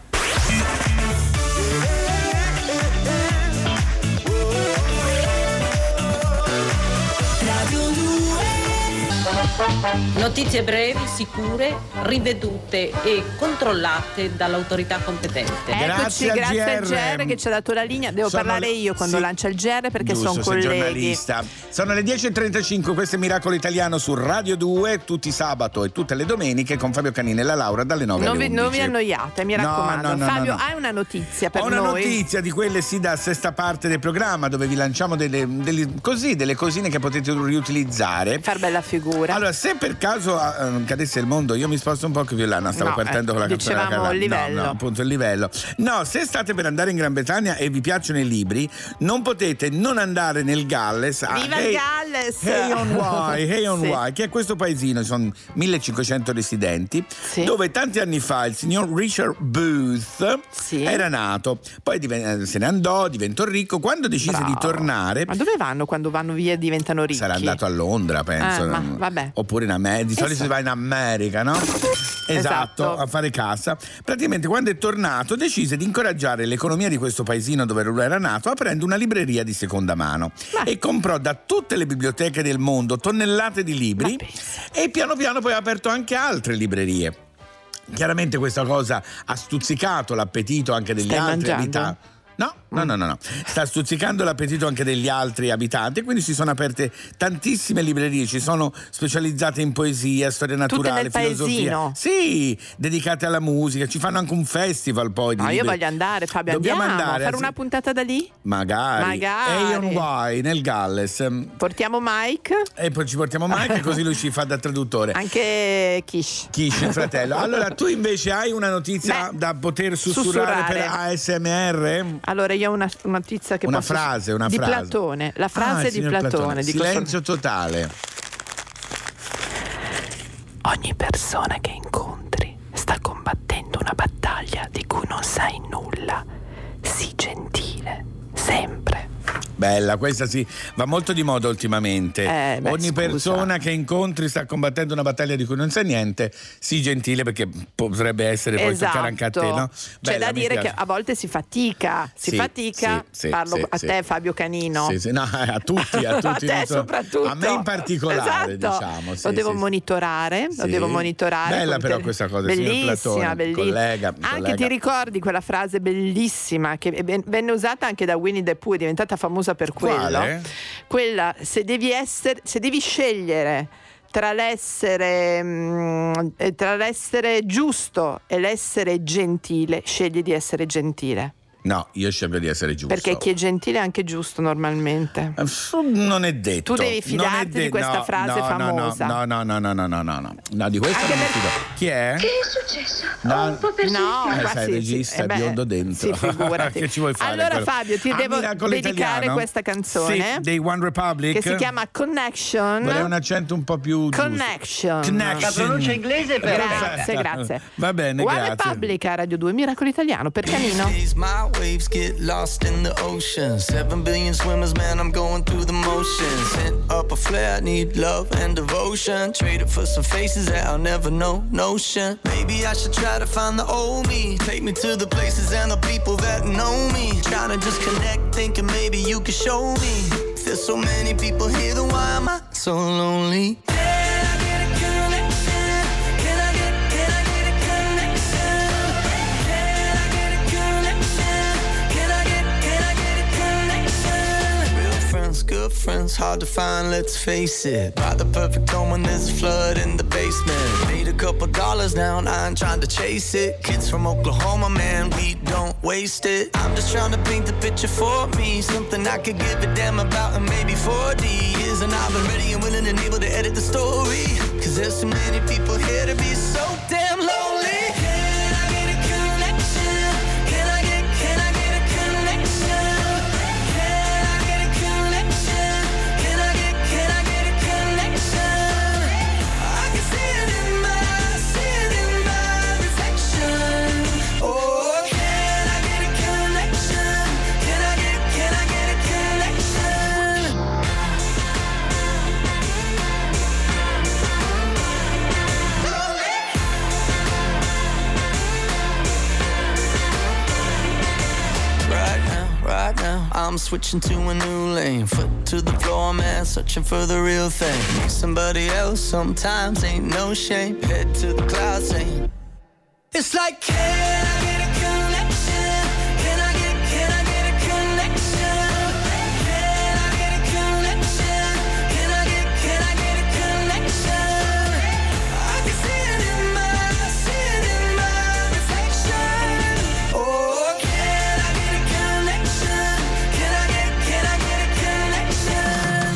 Notizie brevi, sicure, rivedute e controllate dall'autorità competente. Eccoci, grazie al G R che ci ha dato la linea. Devo Sono parlare le- io quando sì. lancia il G R perché Giusto, sono sei colleghi. giornalista. Sono le dieci e trentacinque, questo è Miracolo Italiano su Radio due, tutti i sabato e tutte le domeniche con Fabio Canini e la Laura dalle nove Non alle vi, undici. non vi annoiate, mi No, raccomando. no, no, Fabio, no, no. hai una notizia per Ho una noi? notizia di quelle sì da sesta parte del programma dove vi lanciamo delle, delle- così, delle cosine che potete riutilizzare. Far bella figura. Allora, se per caso eh, cadesse il mondo, io mi sposto un po' più là, no, stavo No, partendo eh, con la canzone della dicevamo Carla. il livello. No, no, appunto il livello. No, se state per andare in Gran Bretagna e vi piacciono i libri, non potete non andare nel Galles. a Viva il Hay- Galles! Hay on Wye, Hay on Sì. Wye, che è questo paesino, ci sono millecinquecento residenti, dove tanti anni fa il signor Richard Booth era nato, poi diven- se ne andò, diventò ricco, quando decise Bravo. di tornare. Ma dove vanno quando vanno via e diventano ricchi? Sarà andato a Londra, penso. Ah, ma vabbè. Oppure in America. Di solito Esatto. si va in America, no? Esatto, Esatto. a fare cassa. Praticamente quando è tornato decise di incoraggiare l'economia di questo paesino dove lui era nato aprendo una libreria di seconda mano e comprò da tutte le biblioteche del mondo tonnellate di libri e piano piano poi ha aperto anche altre librerie. Chiaramente questa cosa ha stuzzicato l'appetito anche degli Stai altri mangiando? abitanti. No, no, no, no, no. Sta stuzzicando l'appetito anche degli altri abitanti, quindi si sono aperte tantissime librerie, ci sono specializzate in poesia, storia naturale, nel filosofia. paesino? Sì, dedicate alla musica, ci fanno anche un festival poi di No, io libri. voglio andare, Fabio, Dobbiamo andiamo andare, a fare sì. una puntata da lì? Magari. Magari. Hay on Wye nel Galles. Portiamo Mike, E poi ci portiamo Mike, così lui ci fa da traduttore. anche Kish. Kish, il fratello. Allora, tu invece hai una notizia da poter sussurrare, sussurrare. per A S M R? Allora io ho una, una notizia che Una posso... frase, una di frase. Platone, la frase Ah, il di signor Platone. dico Silenzio totale. Ogni persona che incontri sta combattendo una battaglia di cui non sai nulla. Sii gentile, sempre. Bella, questa sì, va molto di moda ultimamente. Eh, beh, Ogni scusa. persona che incontri sta combattendo una battaglia di cui non sa niente, sii gentile perché potrebbe essere poi Esatto. toccare anche a te, no? C'è Bella, da mi dire piace. che a volte si fatica, si Sì, fatica, sì, sì, parlo sì, a sì. te Fabio Canino. Sì, sì, no, a tutti, a tutti. te non so- soprattutto. A me in particolare, Esatto. diciamo. sì, lo devo sì, sì. monitorare, lo Sì. devo monitorare. Bella con però te- questa cosa, signor bellissima, Platone, bellissima. collega, Anche collega. ti ricordi quella frase bellissima che ven- venne usata anche da Winnie the Pooh, è diventata famosa per quello. Quale? Quella, se devi essere, se devi scegliere tra l'essere mm, eh, tra l'essere giusto e l'essere gentile, scegli di essere gentile. No, io scelgo di essere giusto. Perché chi è gentile è anche giusto normalmente. Non è detto. Tu devi Non è fidarti de- di questa no, frase no, famosa. No, no, no, no, no, no, no, no. No, di questo non mi fido. Chi è? Che è successo? No. Ho un po' perso No, il Eh, qua sai, sì, regista sì. Eh beh, biondo dentro. sì, figurati. Che ci vuoi fare? Allora, quello? Fabio, ti A devo Miracolo dedicare Italiano? questa canzone. Sì, dei One Republic. Che si chiama Connection. Vorrei un accento un po' più giusto. Connection. Connection. La pronuncia inglese Grazie, grazie. Va bene, One grazie. Republic a Radio due, Miracolo Italiano per Canino. My waves get lost in the ocean. Seven billion swimmers, man, I'm going through the motions. Sent up a flare, I need love and devotion. Traded for some faces that I'll never know, notion. Maybe I should try to find the old me. Take me to the places and the people that know me. Trying to just connect, thinking maybe you could show me. There's so many people here, then why am I so lonely? Good friends, hard to find, let's face it. Buy the perfect home when there's a flood in the basement. Made a couple dollars now and I ain't trying to chase it. Kids from Oklahoma, man, we don't waste it. I'm just trying to paint the picture for me. Something I could give a damn about in maybe forty years. And I've been ready and willing and able to edit the story. Cause there's so many people here to be so damn lonely. Connection. Right now, I'm switching to a new lane. Foot to the floor, man, searching for the real thing. Need somebody else, sometimes ain't no shame. Head to the clouds, saying, it's like, can I get a connection? Can I get, can I get a connection? Can I get a connection? Can I get, can I get a connection? I can see it in my, see it in my reflection. Oh, can I get a connection? Can I get, can I get a connection?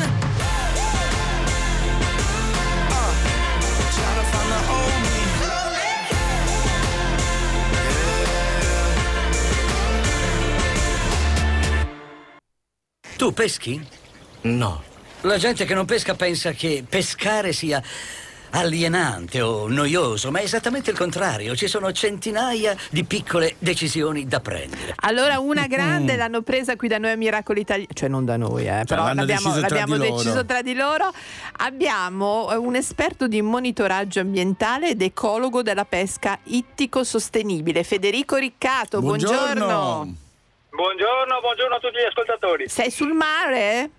Uh, trying to find the old me. Tu peschi? No. La gente che non pesca pensa che pescare sia alienante o noioso, ma è esattamente il contrario. Ci sono centinaia di piccole decisioni da prendere. Allora, una grande l'hanno presa qui da noi a Miracolo Italiano, cioè non da noi, eh, però l'hanno l'abbiamo, deciso tra l'abbiamo di loro. deciso tra di loro. Abbiamo un esperto di monitoraggio ambientale ed ecologo della pesca ittico-sostenibile, Federico Riccato. Buongiorno. Buongiorno. Buongiorno, buongiorno a tutti gli ascoltatori. Sei sul mare?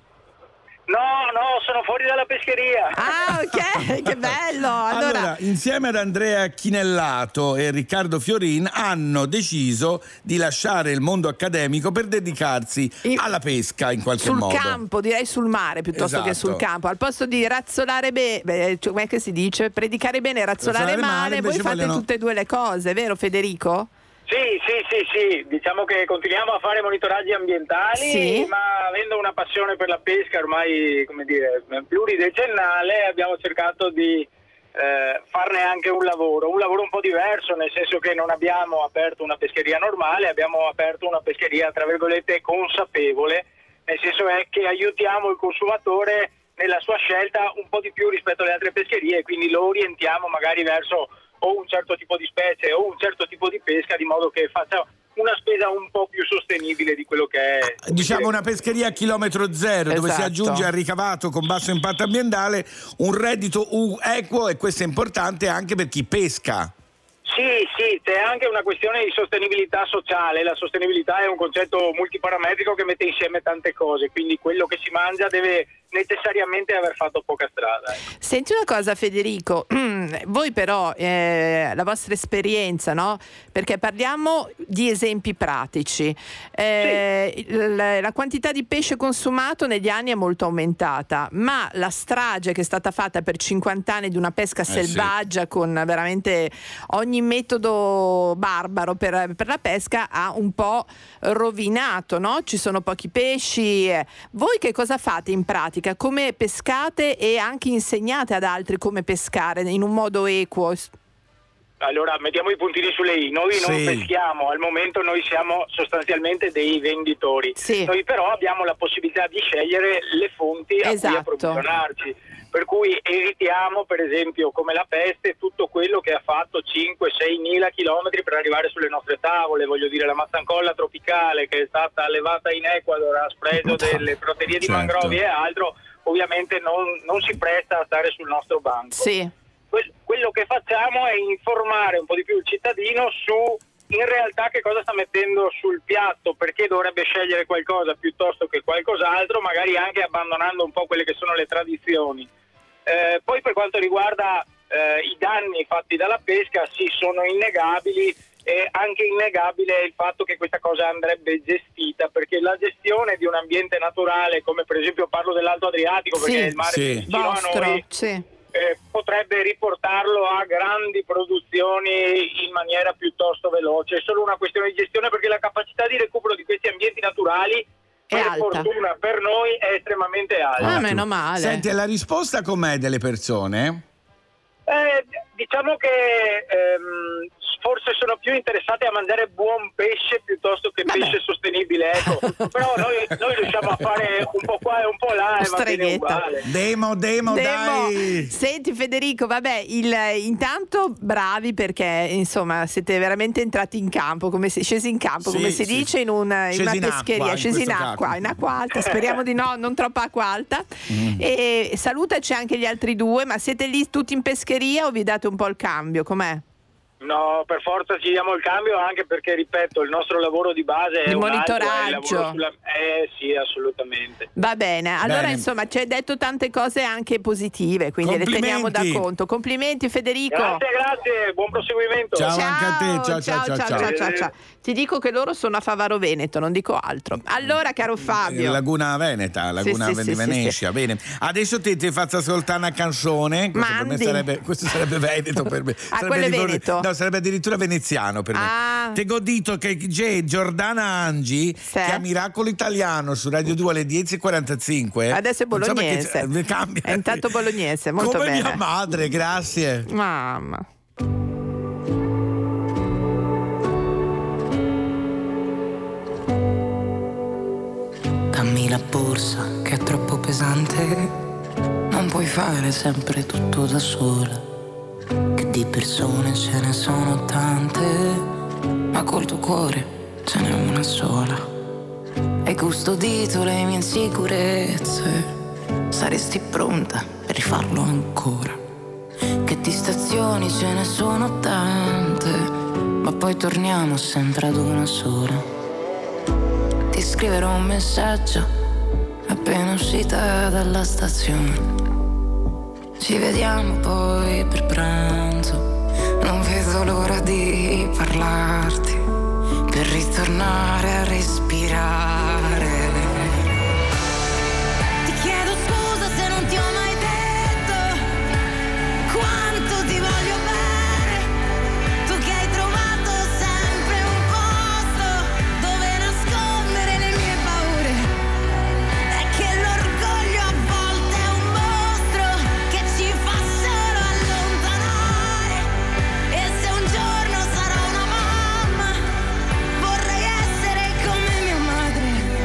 No, no, sono fuori dalla pescheria. Ah, ok, che bello. Allora, Allora, insieme ad Andrea Chinellato e Riccardo Fiorin hanno deciso di lasciare il mondo accademico per dedicarsi alla pesca in qualche sul modo. campo, direi sul mare piuttosto Esatto. che sul campo. Al posto di razzolare bene, cioè, come che si dice? Predicare bene e razzolare, Razzolare male, male, voi invece fate vogliono- tutte e due le cose, vero Federico? Sì, sì, sì, sì, diciamo che continuiamo a fare monitoraggi ambientali, Sì. ma avendo una passione per la pesca ormai, come dire, pluridecennale, abbiamo cercato di eh, farne anche un lavoro, un lavoro un po' diverso, nel senso che non abbiamo aperto una pescheria normale, abbiamo aperto una pescheria, tra virgolette, consapevole, nel senso è che aiutiamo il consumatore nella sua scelta un po' di più rispetto alle altre pescherie, quindi lo orientiamo magari verso o un certo tipo di specie o un certo tipo di pesca, di modo che faccia una spesa un po' più sostenibile di quello che è. Diciamo una pescheria a chilometro zero, dove si Esatto. aggiunge al ricavato con basso impatto ambientale un reddito u- equo, e questo è importante anche per chi pesca. Sì, sì, c'è anche una questione di sostenibilità sociale. La sostenibilità è un concetto multiparametrico che mette insieme tante cose, quindi quello che si mangia deve necessariamente aver fatto poca strada. ecco. Senti una cosa Federico, voi però eh, la vostra esperienza, no? Perché parliamo di esempi pratici. Eh, la, la quantità di pesce consumato negli anni è molto aumentata, ma la strage che è stata fatta per cinquanta anni di una pesca sì. selvaggia con veramente ogni metodo barbaro per, per la pesca ha un po' rovinato, no? Ci sono pochi pesci. eh. Voi che cosa fate in pratica? Come pescate e anche insegnate ad altri come pescare in un modo equo? Allora, mettiamo i puntini sulle i. Noi non Sì. peschiamo, al momento noi siamo sostanzialmente dei venditori. Noi però abbiamo la possibilità di scegliere le fonti a cui Esatto. approvvigionarci. Per cui evitiamo, per esempio, come la peste, tutto quello che ha fatto cinque sei mila chilometri per arrivare sulle nostre tavole. Voglio dire, la mazzancolla tropicale che è stata allevata in Ecuador a spregio delle praterie di Certo. mangrovi e altro, ovviamente non, non si presta a stare sul nostro banco. Sì. Que- quello che facciamo è informare un po' di più il cittadino su in realtà che cosa sta mettendo sul piatto, perché dovrebbe scegliere qualcosa piuttosto che qualcos'altro, magari anche abbandonando un po' quelle che sono le tradizioni. Eh, poi per quanto riguarda eh, i danni fatti dalla pesca, sì, sono innegabili, e anche innegabile è il fatto che questa cosa andrebbe gestita, perché la gestione di un ambiente naturale, come per esempio parlo dell'Alto Adriatico, perché è il mare più vicino a noi, eh, potrebbe riportarlo a grandi produzioni in maniera piuttosto veloce. È solo una questione di gestione, perché la capacità di recupero di questi ambienti naturali È per alta. fortuna per noi è estremamente alta. Ah, meno male. Senti, e la risposta com'è delle persone? Eh, diciamo che ehm, forse sono più interessate a mangiare buon pesce piuttosto che pesce sostenibile, ecco. Però noi, noi riusciamo a fare un po' qua e un po' là e va bene Streghetta. uguale. Demo, demo, Demo. dai! Senti Federico, vabbè, il, intanto bravi perché insomma siete veramente entrati in campo, come si, scesi in campo, Sì, come si sì. dice in, una, in Scesi una in pescheria, acqua, in scesi in questo acqua, caso. in acqua alta, speriamo di no, non troppa acqua alta. Mm. E salutaci anche gli altri due, ma siete lì tutti in pescheria o vi date un po' il cambio, com'è? No, per forza ci diamo il cambio, anche perché, ripeto, il nostro lavoro di base è Il un altro, è il monitoraggio. lavoro sulla... Eh sì, assolutamente. Va bene, allora Bene. insomma ci hai detto tante cose anche positive, quindi le teniamo da Complimenti. conto. Complimenti Federico. Grazie, grazie, buon proseguimento. Ciao, anche a te, ciao, ciao, ciao, ciao. ciao, ciao, ciao. Ti dico che loro sono a Favaro Veneto, non dico altro. Allora, caro Fabio. Laguna Veneta, Laguna Sì, sì, di sì, Venezia. sì, Bene, adesso ti, ti faccio ascoltare una canzone. Questo, per me Mandi. sarebbe, questo sarebbe Veneto per me. Ah, Sarebbe quello è addirittura- Veneto? No, sarebbe addirittura veneziano per me. Ah. Ti ho detto che c'è Giordana Angi che ha Miracolo Italiano su Radio due alle dieci e quarantacinque. Adesso è Non so perché bolognese. c'è- cambia. È intanto bolognese, molto Come bene. mia madre, grazie. Mamma. Dammi la borsa che è troppo pesante, non puoi fare sempre tutto da sola. Che di persone ce ne sono tante, ma col tuo cuore ce n'è una sola. Hai custodito le mie insicurezze, saresti pronta per rifarlo ancora. Che di stazioni ce ne sono tante, ma poi torniamo sempre ad una sola. Ti scriverò un messaggio appena uscita dalla stazione. Ci vediamo poi per pranzo, non vedo l'ora di parlarti, per ritornare a respirare. Ti chiedo scusa se non ti ho mai detto quanto ti voglio bene. Tu che hai trovato sempre un posto dove nascondere le mie paure. È che l'orgoglio a volte è un mostro che ci fa solo allontanare. E se un giorno sarò una mamma, vorrei essere come mia madre.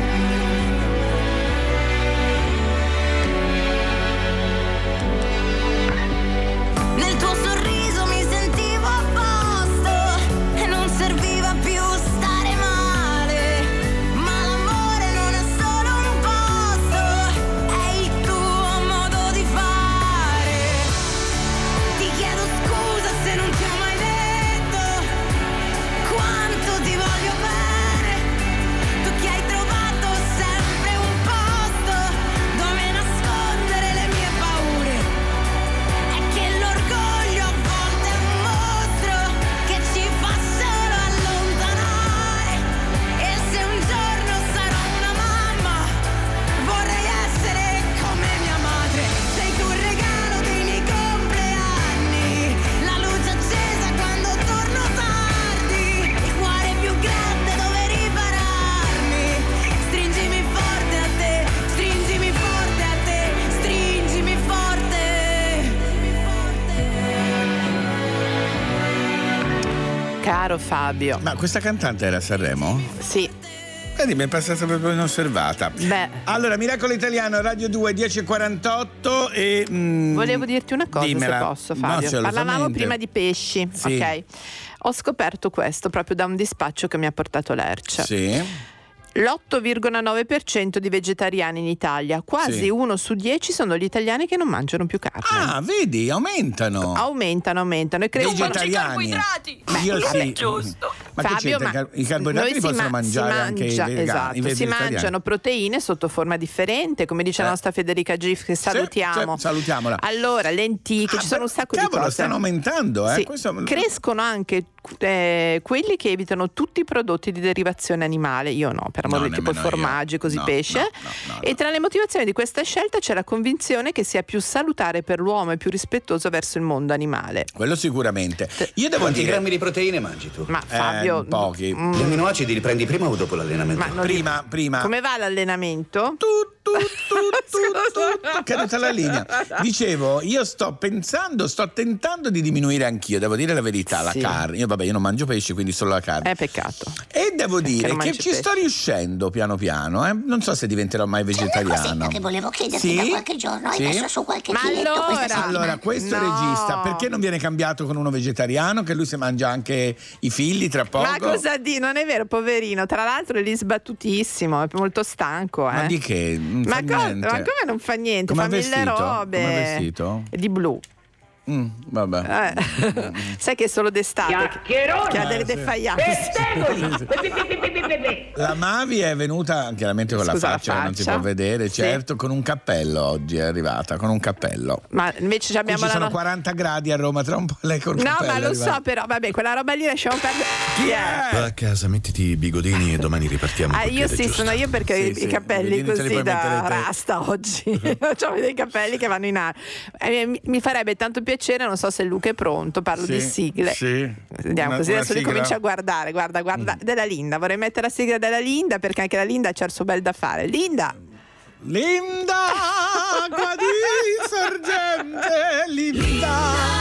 Nel tuo sorriso mi sentivo a posto e non serviva più stare male. Ma l'amore non è solo un posto, è il tuo modo di fare. Ti chiedo scusa se non ti ho mai detto quanto ti voglio bene. Tu che hai trovato sempre un posto dove nascondere le mie paure. È che l'orgoglio a volte è un mostro che ci fa solo allontanare. E se un giorno sarò una mamma, vorrei essere come mia madre. Sei tu il regalo dei miei compleanni, la luce accesa quando torno tardi, il cuore più grande dove ripararmi. Stringimi forte a te, stringimi forte a te, stringimi forte. Caro Fabio. Ma questa cantante era a Sanremo? Sì. Vedi, mi è passata proprio inosservata. Beh. Allora, Miracolo Italiano, Radio due, dieci e quarantotto e... mm, Volevo dirti una cosa, dimmela. se posso, No, Fabio. assolutamente. Parlavamo prima di pesci, Sì. ok? Ho scoperto questo proprio da un dispaccio che mi ha portato l'Erce. Sì. L'otto virgola nove per cento di vegetariani in Italia, quasi Sì. uno su dieci sono gli italiani che non mangiano più carne. Ah, vedi, aumentano. Aumentano, aumentano e crescono. Vegetariani. Io vabbè, sì. giusto. Ma che Fabio, c'entra? ma I carboidrati noi li si possono ma- si mangiare anche i mangia- vegani, esatto, i si vegetariani. mangiano proteine sotto forma differente, come dice la Eh. nostra Federica Gif, che salutiamo. sì, salutiamola. Allora, lenticchie, ci sono un sacco Cavolo, di cose. stanno aumentando, eh? Sì, Questo- crescono anche eh, quelli che evitano tutti i prodotti di derivazione animale. Io no, per amore No, di tipo i nemmeno io. formaggi, così No, pesce. no, no, no, e tra le motivazioni di questa scelta c'è la convinzione che sia più salutare per l'uomo e più rispettoso verso il mondo animale. Quello sicuramente. Io devo Quanti dire... grammi di proteine mangi tu? Ma Fabio, Eh, pochi. Gli aminoacidi li prendi prima o dopo l'allenamento? Ma non- Prima, prima. come va l'allenamento? È caduta la linea. Dicevo, io sto pensando, sto tentando di diminuire anch'io, devo dire la verità, Sì. la carne. Io vabbè, io non mangio pesce, quindi solo la carne. È peccato. E devo dire non che mangi ci pesce. sto riuscendo piano piano, eh. Non so se diventerò mai vegetariano. che volevo chiederti Sì? da qualche giorno, hai Sì? messo su qualche Ma chiletto allora- questa settimana? Allora, questo No. regista, perché non viene cambiato con uno vegetariano? Che lui si mangia anche i figli tra poco? Ma cosa di? Non è vero, poverino. Tra l'altro è lì sbattutissimo, è molto stanco. Eh. Ma di che? Non Ma, fa co- niente. ma come non fa niente? Come fa è mille vestito? robe. Come è vestito? Di blu. Mm, vabbè. Eh. Sai che è solo d'estate che, che ha delle defaillance. La Mavi è venuta chiaramente con Scusa, la la faccia, che non si faccia. può vedere, Sì. certo, con un cappello oggi è arrivata, con un cappello. Ma invece Qui abbiamo ci la sono no- quaranta gradi a Roma, tra un po' lei con il No, cappello ma lo arriva. so, però vabbè, quella roba lì lasciamo perdere. Chi è? Va a casa, mettiti i bigodini e domani ripartiamo. Ah, col io piede sì, giusto. sono io perché Sì, ho i- sì, i capelli i bigodini te li così puoi mettere da te. rasta oggi. Ho dei capelli che vanno in aria. Eh, mi- mi farebbe tanto piacere, non so se Luca è pronto, parlo Sì, di sigle. sì. Andiamo Una- così, una adesso li sigla. comincio a guardare. Guarda, guarda, della Linda. Vorrei mettere la sigla della Linda perché anche la Linda c'ha il suo bel da fare. Linda! Linda, acqua di sorgente, Linda.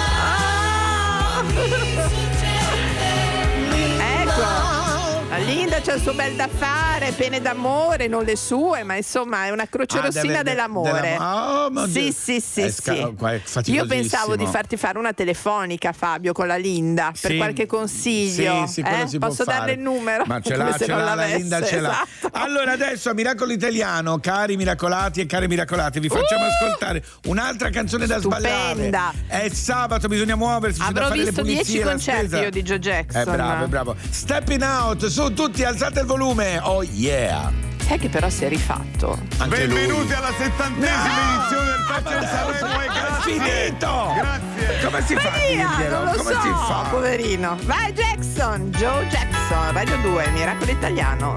Ecco, la Linda c'ha il suo bel da fare, pene d'amore, non le sue, ma insomma è una croce Ah, rossina deve- de- dell'amore. della- oh, ma sì, Dio. sì, sì, È sì. sca- qua è Io faticosissimo. pensavo di farti fare una telefonica, Fabio, con la Linda, per Sì. qualche consiglio. Sì, sì, quello eh? si può Posso fare. darle il numero? Ma ce Come l'ha, se ce non l'ha, la l'avesse, Linda ce l'ha. esatto. Allora adesso a Miracolo Italiano, cari miracolati e cari miracolate, vi facciamo Uh! ascoltare un'altra canzone da Stupenda. sballare. È sabato, bisogna muoversi, bisogna Avrò fare le visto pulizie, dieci la concerti spesa. io di Joe Jackson. È bravo, è bravo. Stepping Out, su tutti, alzate il volume. Oh yeah. Sai che però si è rifatto. Anche lui. Benvenuti alla settantesima edizione del Faccia Sanremo e È grazie. finito! Grazie. Come si fa a Via, dirglielo? non lo Come so, si fa? poverino. Vai Jackson, Joe Jackson, Radio due, Miracolo Italiano.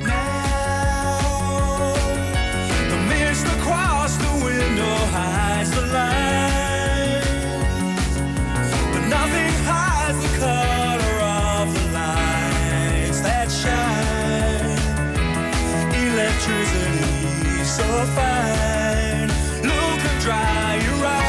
The mist across the window hides the light, but nothing hides the color of the lights that shine. Electricity so fine, look and dry your eyes.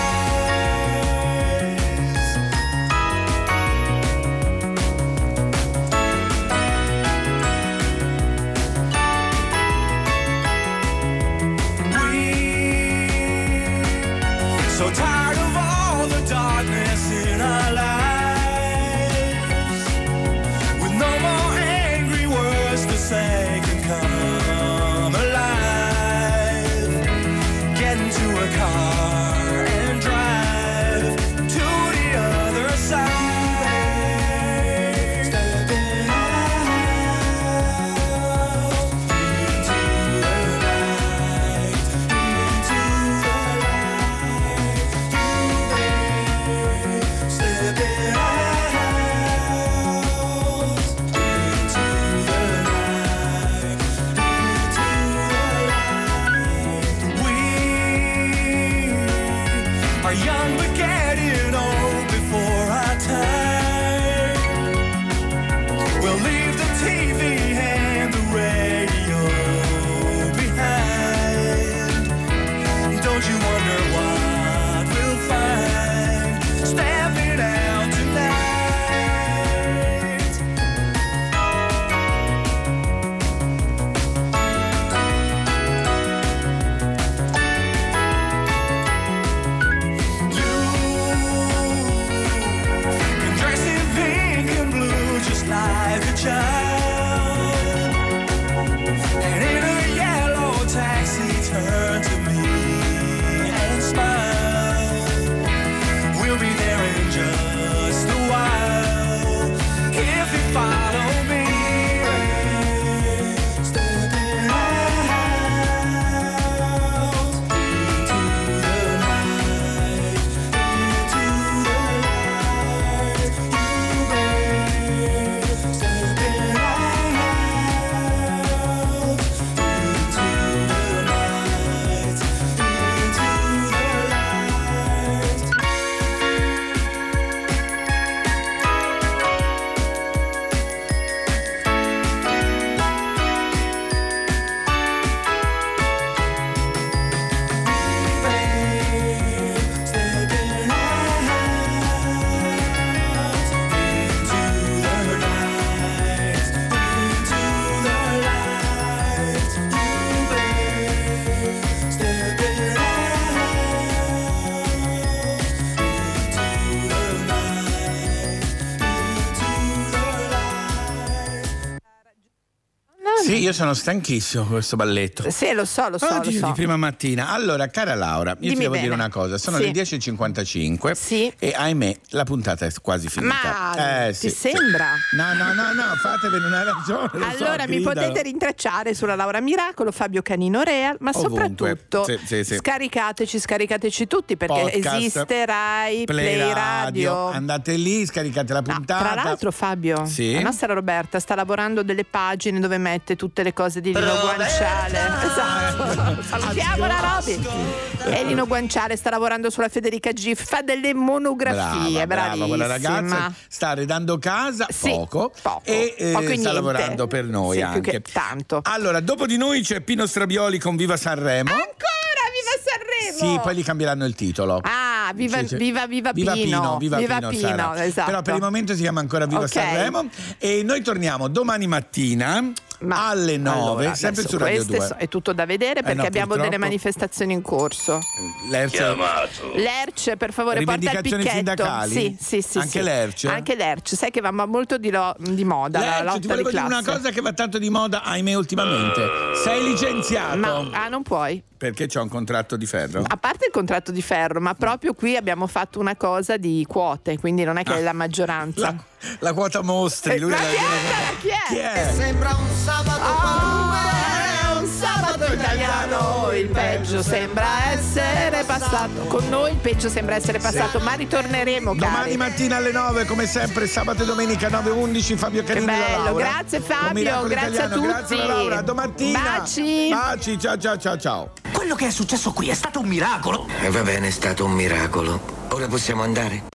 So tired of all the darkness in our lives, with no more angry words to say can come alive. io sono stanchissimo con questo balletto. Sì, lo so, lo so, Oddio, lo so. di prima mattina. Allora, cara Laura, io Dimmi ti devo bene. dire una cosa. Sono Sì. le dieci e cinquantacinque Sì. e ahimè la puntata è quasi finita. Ma Eh, ti sì, sembra? sì. No, no, no, no, fatevene una ragione. lo so, Allora mi gridalo. potete rintracciare sulla Laura Miracolo, Fabio Canino Real, ma Ovunque. soprattutto Sì, sì, sì. scaricateci, scaricateci tutti perché Podcast, esiste Rai Play, Play Radio. Andate lì, scaricate la puntata. Tra l'altro Fabio, Sì? la nostra Roberta sta lavorando delle pagine dove mette tutte le cose di Lino Guanciale. Esatto. Salutiamo la Roby. E Lino Guanciale sta lavorando sulla Federica G, fa delle monografie, brava, brava, quella bravissima. ragazza sta arredando casa Sì, poco, poco, e eh, poco e sta niente. lavorando per noi Sì, più anche. che tanto. Allora, dopo di noi c'è Pino Strabioli con Viva Sanremo. Ancora Viva Sanremo! Sì, poi gli cambieranno il titolo. Ah, viva, Sì, sì. viva, viva, Viva Pino. Pino, viva, Pino, sarà. esatto. Però per il momento si chiama ancora Viva Ok. Sanremo e noi torniamo domani mattina alle nove, Allora, sempre adesso su Radio queste due. so- è tutto da vedere perché no, abbiamo purtroppo. delle manifestazioni in corso. L'Erce- L'Erce, per favore, porta il Rivendicazioni picchetto. sindacali? Sì, sì, sì. Anche sì. l'Erce? Anche l'Erce. Sai che va molto di, lo- di moda la Lercio, lotta ti volevo di dire classe. una cosa che va tanto di moda, ahimè, ultimamente. Sei licenziato. Ma ah, non puoi. Perché c'ho un contratto di ferro? A parte il contratto di ferro, ma proprio qui abbiamo fatto una cosa di quote, quindi non è che è la maggioranza. La, la quota mostri. Eh, lui ma è la- chi è? Chi è? Chi è? Sembra un sabato È un sabato italiano, il peggio sembra essere passato. Con noi il peggio sembra essere passato, ma ritorneremo, cari. Domani mattina alle nove, come sempre, sabato e domenica nove e undici, Fabio Che Canini e la bello, Laura. grazie Con Fabio, Miracolo grazie a Italiano. tutti. Grazie alla Laura, a domattina. Baci. Baci, ciao ciao ciao ciao. Quello che è successo qui è stato un miracolo. E va bene, è stato un miracolo. Ora possiamo andare?